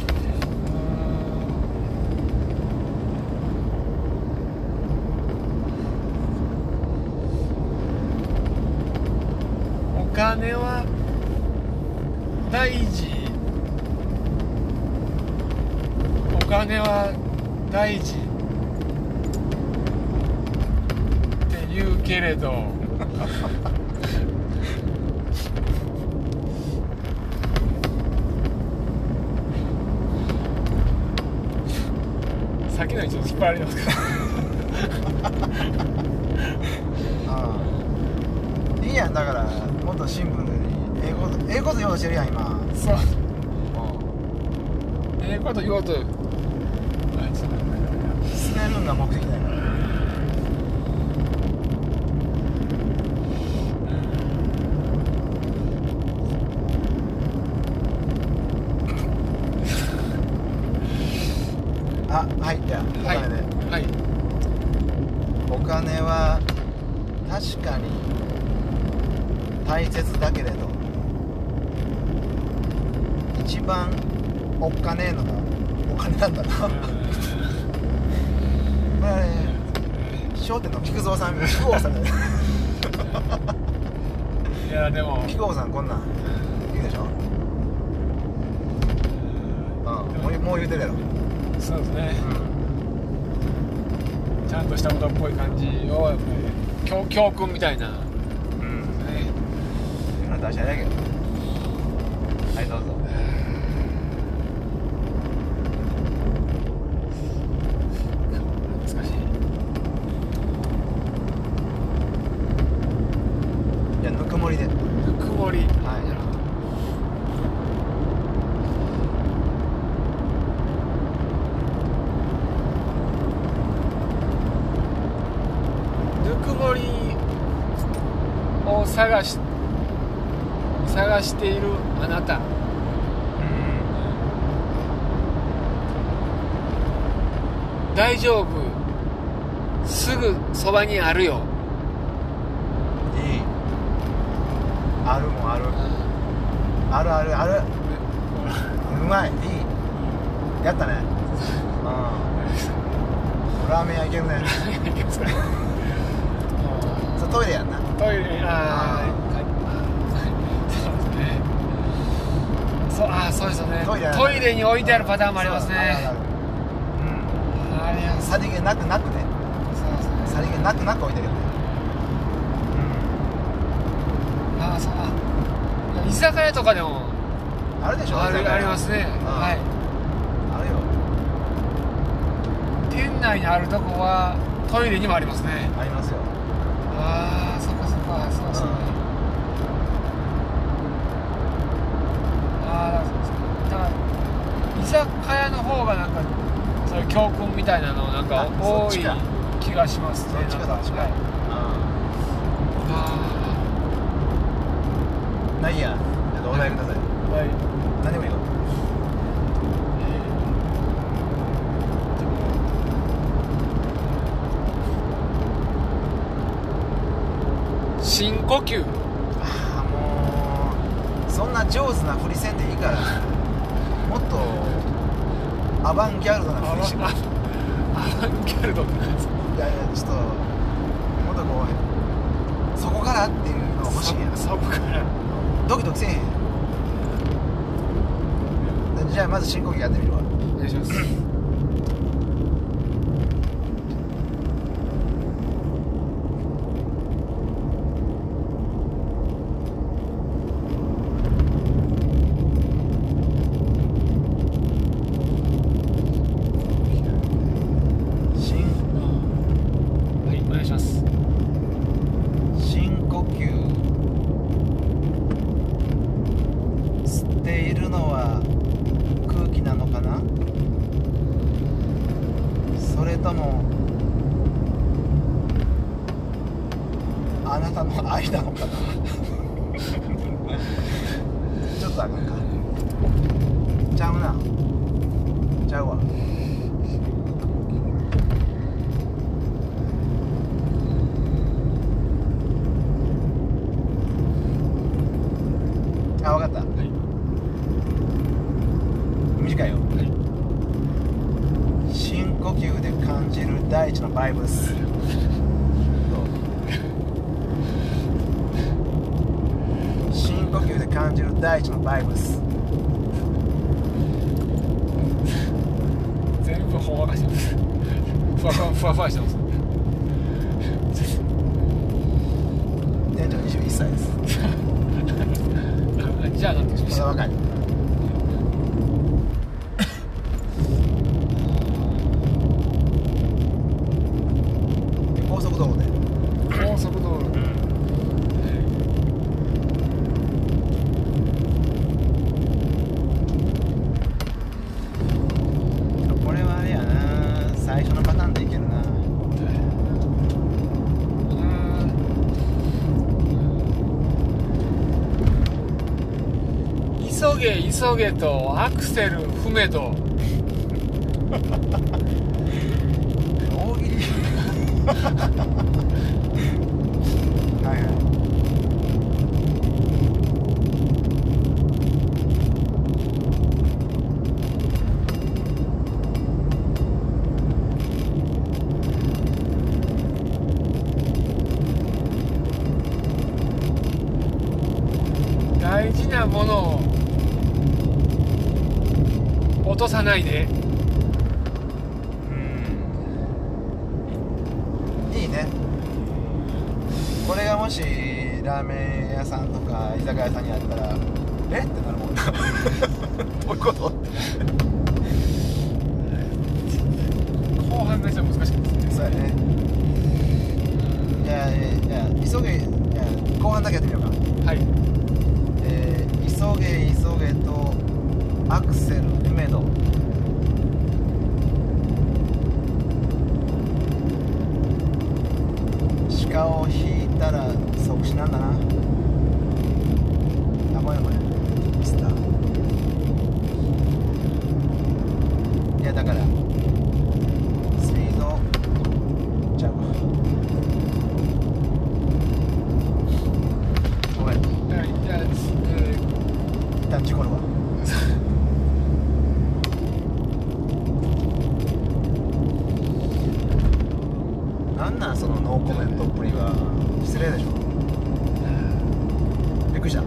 お金は大事。お金は大事。言うけれど先の位置を引っ張られますからああいいやん。だからもっとシンプルに英語英語と言おうとしてるやん今。 そう、うん、英語と言おうと進めるんが目的だよ。あ、はい、じゃあお金で、はい、お金は確かに大切だけれど一番おっかねえのがお金なんだなこれはね笑点の菊蔵さん菊王さんだよいやでも菊王さんこんなん言うでしょ。うんもう、もう言うてるやろ。 そうですね、うん、ちゃんとしたことっぽい感じをやっぱり 教, 教訓みたいなうんね今出しゃだけど。はいどうぞ。 難しい。 もりを探し探しているあなた、うん、大丈夫、すぐそばにあるよ。 いい、あるもんある、あるあるある、うまい、いい、やったね、うん、ラーメン屋行けるねそれトイレやんな、 トイレ、ああ、そう、ああ、そうですよね、トイレ、トイレに置いてあるパターンもありますね。あれや、 さりげなくなくね、さりげなくなく置いてるよね。 うん、ああ、そう、居酒屋とかでもあるでしょ、 ある、ありますね、うん、はい、 あるよ。 店内にあるとこはトイレにもありますね。 ありますよ。 ああ、そっかそっか、そうですね、うん、ああ、だから居酒屋の方がなんかそういう教訓みたいなのなんか多い気がしますね。 そっちか、そっちか、はい、ああ、ないや、お題ください。はい、何でもいいよ。 深呼吸。 ああ、もうそんな上手な振りせんでいいから、もっとアバンギャルドな振りします。 アバンギャルドって何ですか？ いやいや、ちょっともっとこう、そこからっていうのが欲しいんや。 そこからドキドキせえへん。じゃあまず深呼吸やってみるわ。 お願いします。 あなたの愛なのかなちょっとあかんか、ちゃうな、ちゃうわ。あ、わかった、はい、短いよ、はい、深呼吸で感じる大地のバイブス深呼吸で感じる大地のバイブス。 全部ほんわかしてます。ふわふわふわふわしてます。 店長にじゅういっさいです。 じゃあなんて言うまだ若い。高速道路で。 高速道路。 これはあれやな、最初のパターンでいけるな。 急げ急げとアクセル踏めと大喜利はいはい。 大事なものを落とさないで。 うん、いいね。これがもしラーメン屋さんとか居酒屋さんにあったらえってなるもんなどういうこと後半が一番難しいですね。 そうやね。いやいや急げ、いや後半だけやってみようか。 はい、 えー、急げ急げとアクセル踏めどしかカを引いたら即死なんだな。あ、ごめんごめん、ミスった。いやだからスピードちゃうか。ごめん。 いやいや、えー、一旦事故るわ。なんなんそのノーコメントっぷりは。失礼でしょ。びっくりした。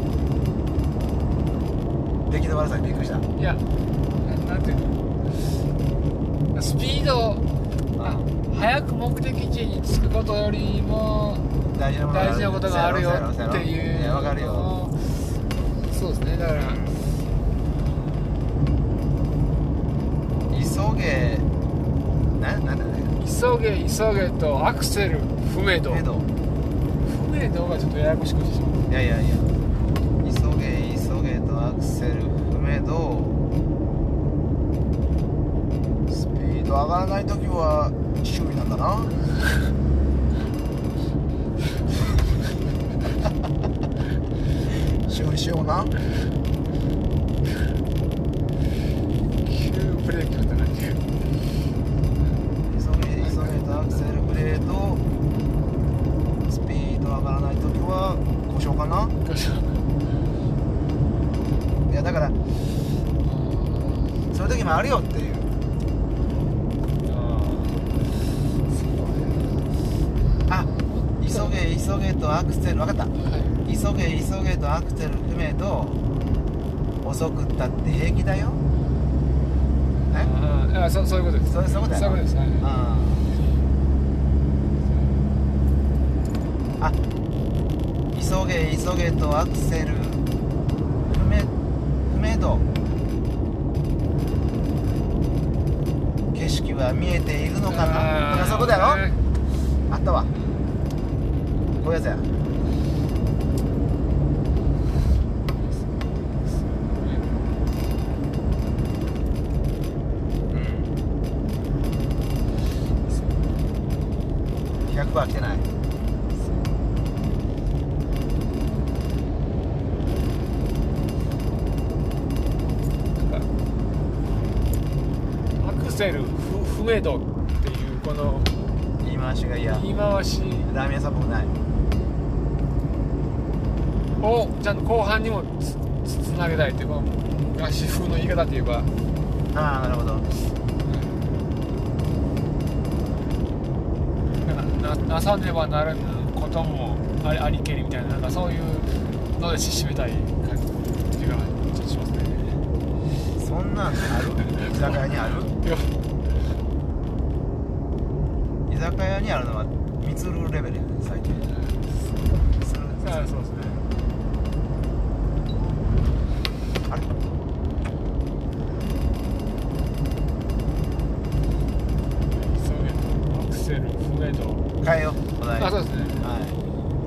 出来の悪さにびっくりした。 いや、な、なんていうの、スピード、あ、早く目的地に着くことよりも大事なもの大事なことがあるよっていう。 いや、わかるよ。 そうですね。だから急げ、な、なんだね。 急げ急げとアクセル不明度。 不明度。 不明度がちょっとややこしくしてしまう。 いやいやいや。急げ急げとアクセル不明度。スピード上がらないときは注意なんだな。注意しような。 急ブレーキみたいな。 アクセルブレード、スピード上がらないときは故障かな。 故障。 いやだからそういう時もあるよっていう。あ、急げ急げとアクセル、分かった、はい、急げ急げとアクセル不明と遅くったって平気だよ。 えあ、そ、そういうことです。 そういうことだよ。 そういうことです。はい、 ああ、急げ急げとアクセル不明不明度。景色は見えているのかな。これそこだろ。あったわ。こういうやつや。ひゃくパーセント来てない。 アクセル不明度っていうこの言い回しが嫌。 言い回しラーメン屋さんっぽくないをちゃんと後半にもつつなげたいっていうか、昔風の言い方っていうか。 ああ、なるほど。 なんか な, なさねばならぬこともありありけりみたいな、なんかそういうので締めたい感じがちょっとしますね。 そんなんある？居酒屋にある？居酒屋にあるのはミツルレベルやね、最近。 ああ、そうですね。 あれ？ そうアクセル不明度。 変えよう、お題。 あ、そうですね。 はい。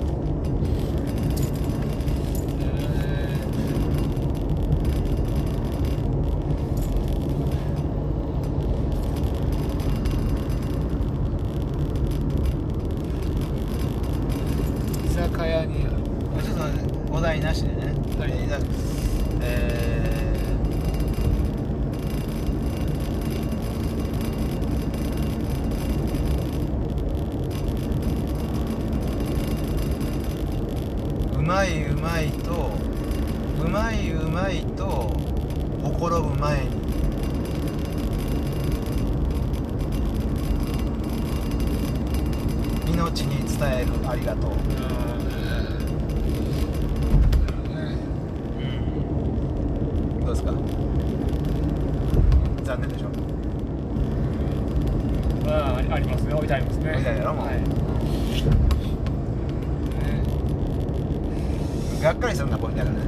お題なしでね、はい、えー、うまいうまいとうまいうまいとほころぶ前に命に伝えるありがとう。どうですか？残念でしょ。 ああ、ありますね。置いてありますね。 置いてあるやろもう。はい、ね、がっかりするのがポイントだからね。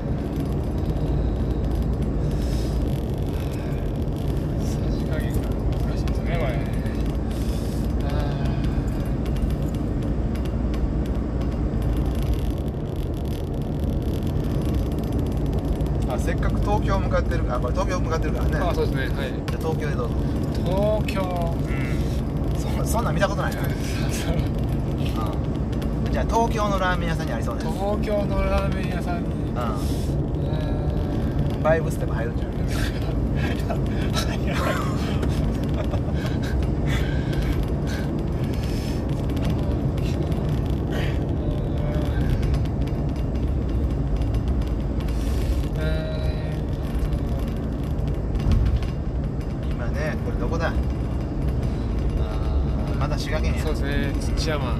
さじ加減が難しいですね、これ。 せっかく東京向かってるから、これ東京向かってるからね。 あ、そうですね。はい。 じゃ東京でどうぞ。 東京。 うん。そそんなん見たことないな。 じゃあ東京のラーメン屋さんにありそうね。 東京のラーメン屋さんに、うん、 バイブスでも入るんじゃん。今ね、これどこだ。まだ滋賀県や。 そうですね、土山。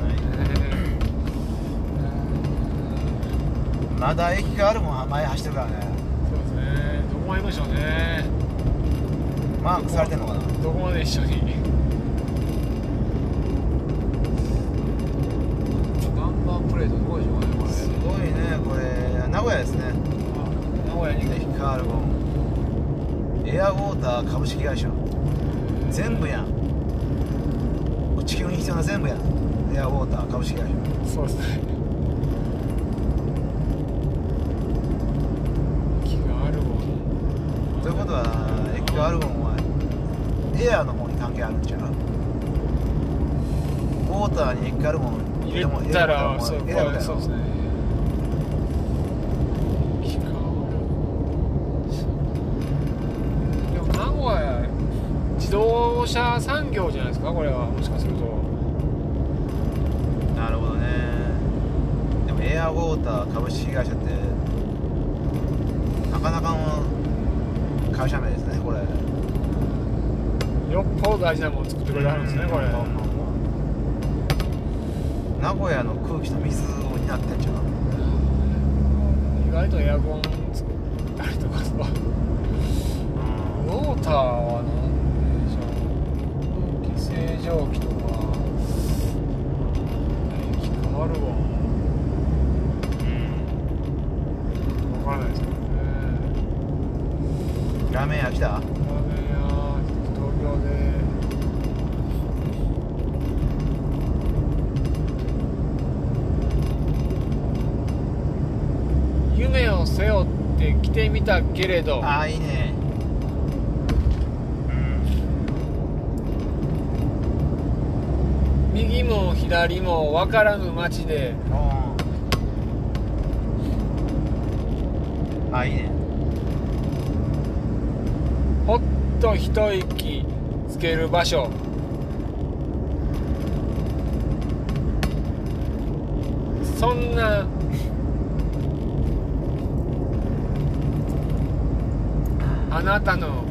まだ駅があるもん、前走ってるからね。 そうですね、どこまで行きましょうね。 マークされてんのかな。 どこまで一緒に。ナンバープレートどこでしょうかね、これ。 すごいね、これ名古屋ですね。 名古屋に駅カールゴンエアウォーター株式会社。全部やん。地球に必要な全部やん。エアウォーター株式会社。 そうですね。 ということはエキガルゴンはエアの方に関係あるんちゃう。ウォーターにエキガルゴン入れたらそうそうですね。でも名古屋自動車産業じゃないですか、これは。もしかすると。 なるほどね。でもエアウォーター株式会社ってなかなかの会社名ですね、これ。 よっぽど大事なものを作ってくれてはるんですね、これ。 名古屋の空気と水を担ってんじゃん。 意外とエアコン作ったりとかさ。ウォーターは何でしょう。空気清浄機とか液化アルゴン、分からないですけどね。 ラーメン屋来た？ ラーメン屋、東京で。夢を背負って来てみたけれど。 ああ、いいね。 うん。右も左も分からぬ街で。 ああ、いいね。 ほっと一息つける場所。そんなあなたの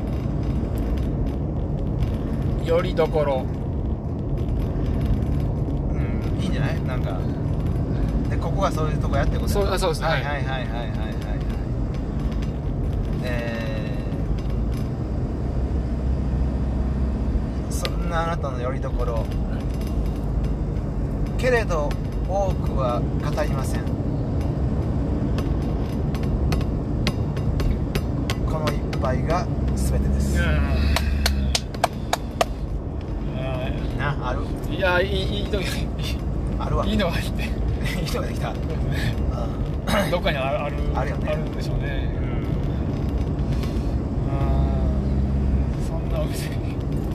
よりどころ。 うん、いいんじゃない？なんかで、ここがそういうとこやってこと。 そう、そうですね。 はいはいはいはいはいはいはい。えー、そんなあなたのよりどころ、けれど多くは語りません。この一杯が全てです。な、ある？ いや、いい、いいとこあるわ。 いいのが入って。 いいのができた。 どっかにある、ある、 あるよね。 あるんでしょうね。うん。そんなお店に。ね。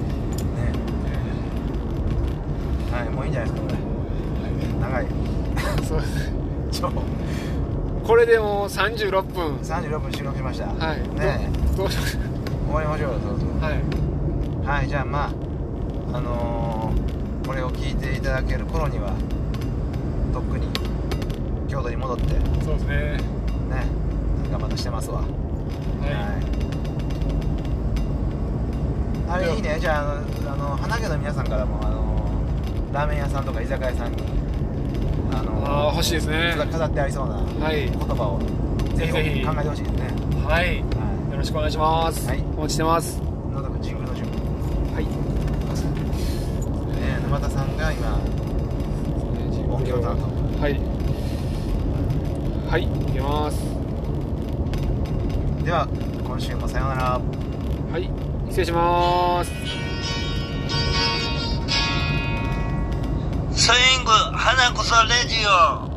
はい、もういいんじゃないですか、これ。長い。 そうです。 超。 これでもうさんじゅうろっぷん。 さんじゅうろっぷん収録しました。 はい。 ね。 どうしましょう。 終わりましょうよ、そうそう。 はい。 はい、じゃあまあ、あのー、これを聞いていただける頃には、とっくに京都に戻って。 そうですね。ね、 なんかまたしてますわ。はい。はい、あれいいね。じゃあ、あの、あの花家の皆さんからも、あのー、ラーメン屋さんとか居酒屋さんに、あのー、 あ欲しいですね。 飾ってありそうな言葉を、ぜひぜひ考えてほしいですね。 はい。はい。よろしくお願いします。はい。お待ちしてます。 野田君、神宮の準備。はい。ね、沼田さんが今、音響担当。 はい。はい、行きます。 では、今週もさようなら。 はい、失礼します。 スイング花こそレジオ。